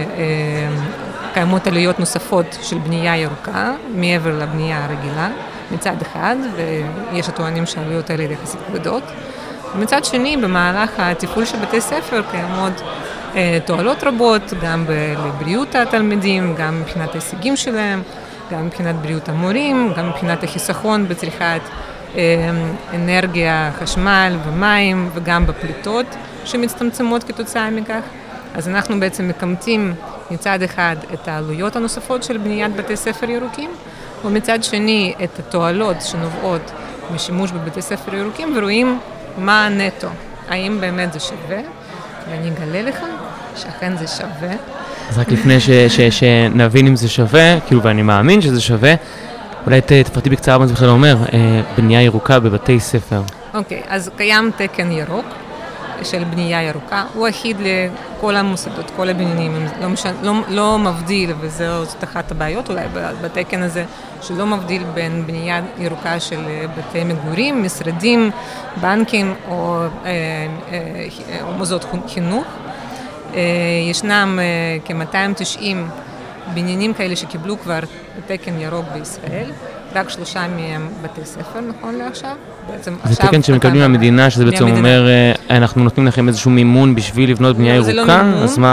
שקיימות עלויות נוספות של בנייה ירוקה, מעבר לבנייה הרגילה, מצד אחד, ויש הטוענים שהעלויות האלה יחסית כבדות. ומצד שני, במהלך הטיפול של בתי ספר קיימות אה, תועלות רבות, גם לבריאות התלמידים, גם מבחינת ההישגים שלהם, גם מבחינת בריאות המורים, גם מבחינת החיסכון בצריכת אה, אנרגיה, חשמל ומים, וגם בפליטות שמצטמצמות כתוצאה מכך. אז אנחנו בעצם מקמתים מצד אחד את העלויות הנוספות של בניית בתי ספר ירוקים, ומצד שני את התועלות שנובעות משימוש בבתי ספר ירוקים, ורואים מה הנטו, האם באמת זה שווה, ואני אגלה לך שאכן זה שווה. אז רק לפני ש- ש- שנבין אם זה שווה, כאילו ואני מאמין שזה שווה, אולי תפרטי בקצרה מה זה בכלל אומר, בנייה ירוקה בבתי ספר. אוקיי, אז קיים תקן ירוק של בנייה ירוקה, הוא אחיד לכל המוסדות, כל הבניינים, לא, משנה, לא, לא מבדיל, וזאת אחת הבעיות אולי בתקן הזה, שלא מבדיל בין בנייה ירוקה של בתי מגורים, משרדים, בנקים או, אה, אה, או מוסדות חינוך. אה, ישנם אה, כ-מאתיים ותשעים בניינים כאלה שקיבלו כבר תקן ירוק בישראל, רק שלושה מהם בתי ספר, נכון לעכשיו. זה תקן שמקבלים מהמדינה, שזה בעצם אומר, אנחנו נותנים לכם איזשהו מימון בשביל לבנות בנייה ירוקה, אז מה...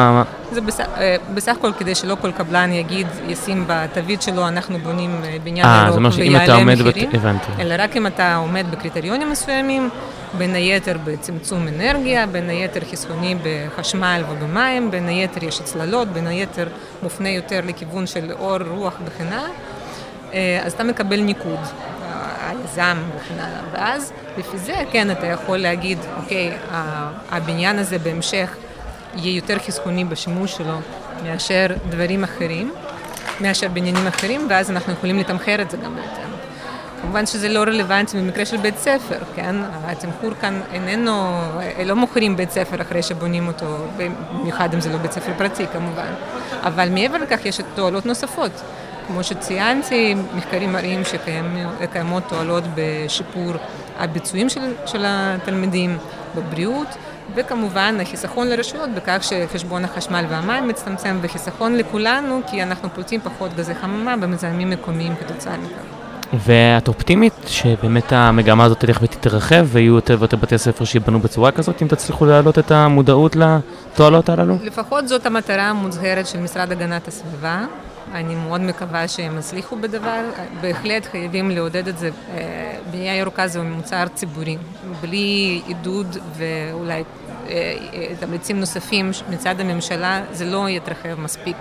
זה בסך, בסך הכל כדי שלא כל קבלן יגיד, ישים בתווית שלו, אנחנו בונים בניין ירוק ויעלה מחירים, אלא רק אם אתה עומד בקריטריונים מסוימים, בין היתר בצמצום אנרגיה, בין היתר חסכוני בחשמל ובמים, בין היתר יש הצללות, בין היתר מופנה יותר לכיוון של אור, רוח וכן הלאה, אז אתה מקבל ניקוד, היזם וכן הלאה, ואז לפי זה, כן, אתה יכול להגיד, אוקיי, הבניין הזה בהמשך יהיה יותר חסכוני בשימוש שלו מאשר דברים אחרים, מאשר בניינים אחרים, ואז אנחנו יכולים לתמחר את זה גם בהתאם. כמובן שזה לא רלוונטי במקרה של בית ספר, כן? התמחור כאן איננו, לא מוכרים בית ספר אחרי שבונים אותו, במיוחד אם זה לא בית ספר פרטי כמובן. אבל מעבר לכך יש תועלות נוספות. כמו שציינתי, מחקרים מראים שקיימות תועלות בשיפור הביצועים של, של התלמידים, בבריאות, וכמובן החיסכון לרשויות בכך שחשבון החשמל והמים מצטמצם, וחיסכון לכולנו, כי אנחנו פולטים פחות גזי חממה במזהמים מקומיים כתוצאה מכך. ואת אופטימית שבאמת המגמה הזאת תלך ותתרחב ויהיו יותר ויותר בתי ספר שיבנו בצורה כזאת, אם תצליחו להעלות את המודעות לתועלות הללו? לפחות זאת המטרה המוצהרת של משרד הגנת הסביבה. אני מאוד מקווה שהם הצליחו בדבר. בהחלט חייבים לעודד את זה. בנייה ירוקה זה מוצר ציבורי. בלי עידוד ואולי תמריצים נוספים מצד הממשלה, זה לא יתרחב מספיק.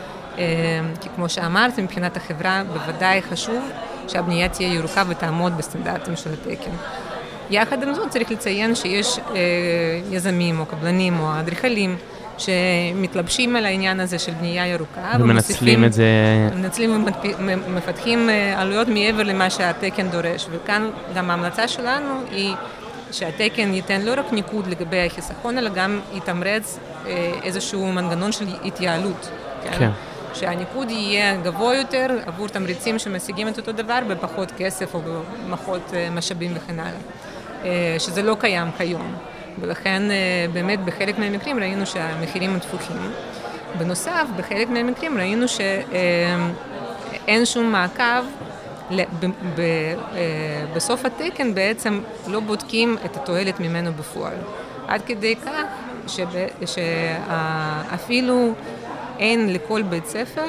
כי כמו שאמרת, מבחינת החברה בוודאי חשוב שהבנייה תהיה ירוקה ותעמוד בסטנדרטים של התקן. יחד עם זאת צריך לציין שיש יזמים או קבלנים או אדריכלים שמתלבשים על העניין הזה של בנייה ירוקה. ומנצלים את זה. מנצלים ומפתחים עלויות מעבר למה שהתקן דורש. וכאן גם ההמלצה שלנו היא שהתקן ייתן לא רק ניקוד לגבי החיסכון, אלא גם יתמרץ איזשהו מנגנון של התייעלות. כן. שהניקוד יהיה גבוה יותר עבור תמריצים שמשיגים את אותו דבר בפחות כסף או בפחות משאבים וכן הלאה. שזה לא קיים כיום. ולכן באמת בחלק מהמקרים ראינו שהמחירים מתפוחים. בנוסף, בחלק מהמקרים ראינו שאין שום מעקב, בסוף התקן בעצם לא בודקים את התועלת ממנו בפועל. עד כדי כך שאפילו אין לכל בית ספר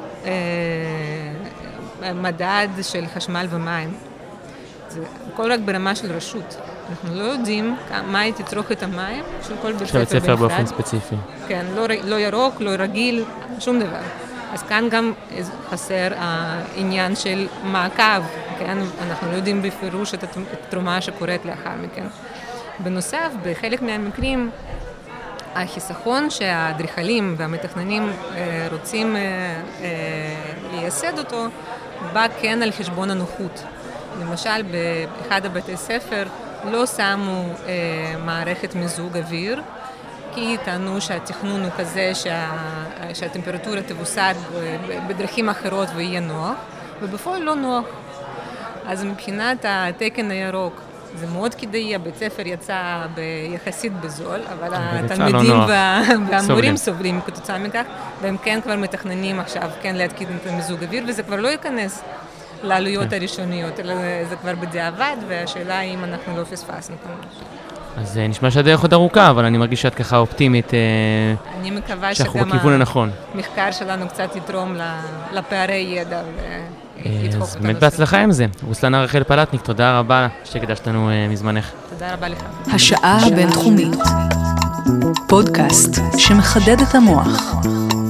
מדד של חשמל ומים. זה הכל רק ברמה של רשות. אנחנו לא יודעים מה היא תצרוך את המים של כל בית ספר בנפרד. באופן ספציפי. כן, לא, לא ירוק, לא רגיל, שום דבר. אז כאן גם חסר העניין של מעקב, כן? אנחנו לא יודעים בפירוש את התרומה שקורית לאחר מכן. בנוסף, בחלק מהמקרים, החיסכון שהאדריכלים והמתכננים רוצים לייסד אותו, בא כן על חשבון הנוחות. למשל, באחד הבתי ספר לא שמו אה, מערכת מיזוג אוויר, כי טענו שהתכנון הוא כזה שה, שהטמפרטורה תבוסת בדרכים אחרות ויהיה נוח, ובפועל לא נוח. אז מבחינת התקן הירוק, זה מאוד כדאי, הבית ספר יצא ביחסית בזול, אבל התלמידים לא וה... והמורים סובלים כתוצאה מכך, והם כן כבר מתכננים עכשיו כן להתקין את המיזוג אוויר, וזה כבר לא ייכנס לעלויות הראשוניות, אלא זה כבר בדיעבד, והשאלה היא אם אנחנו לא פספסנו כמובן. אז נשמע שהדרך עוד ארוכה, אבל אני מרגיש שאת ככה אופטימית, אני מקווה שאנחנו בכיוון הנכון. המחקר שלנו קצת יתרום לפערי ידע וידחוף אז באמת בהצלחה עם זה. רוסלנה רחל פלטניק, תודה רבה שהקדשת לנו מזמנך. תודה רבה לך. השעה הבינתחומית, פודקאסט שמחדד את המוח.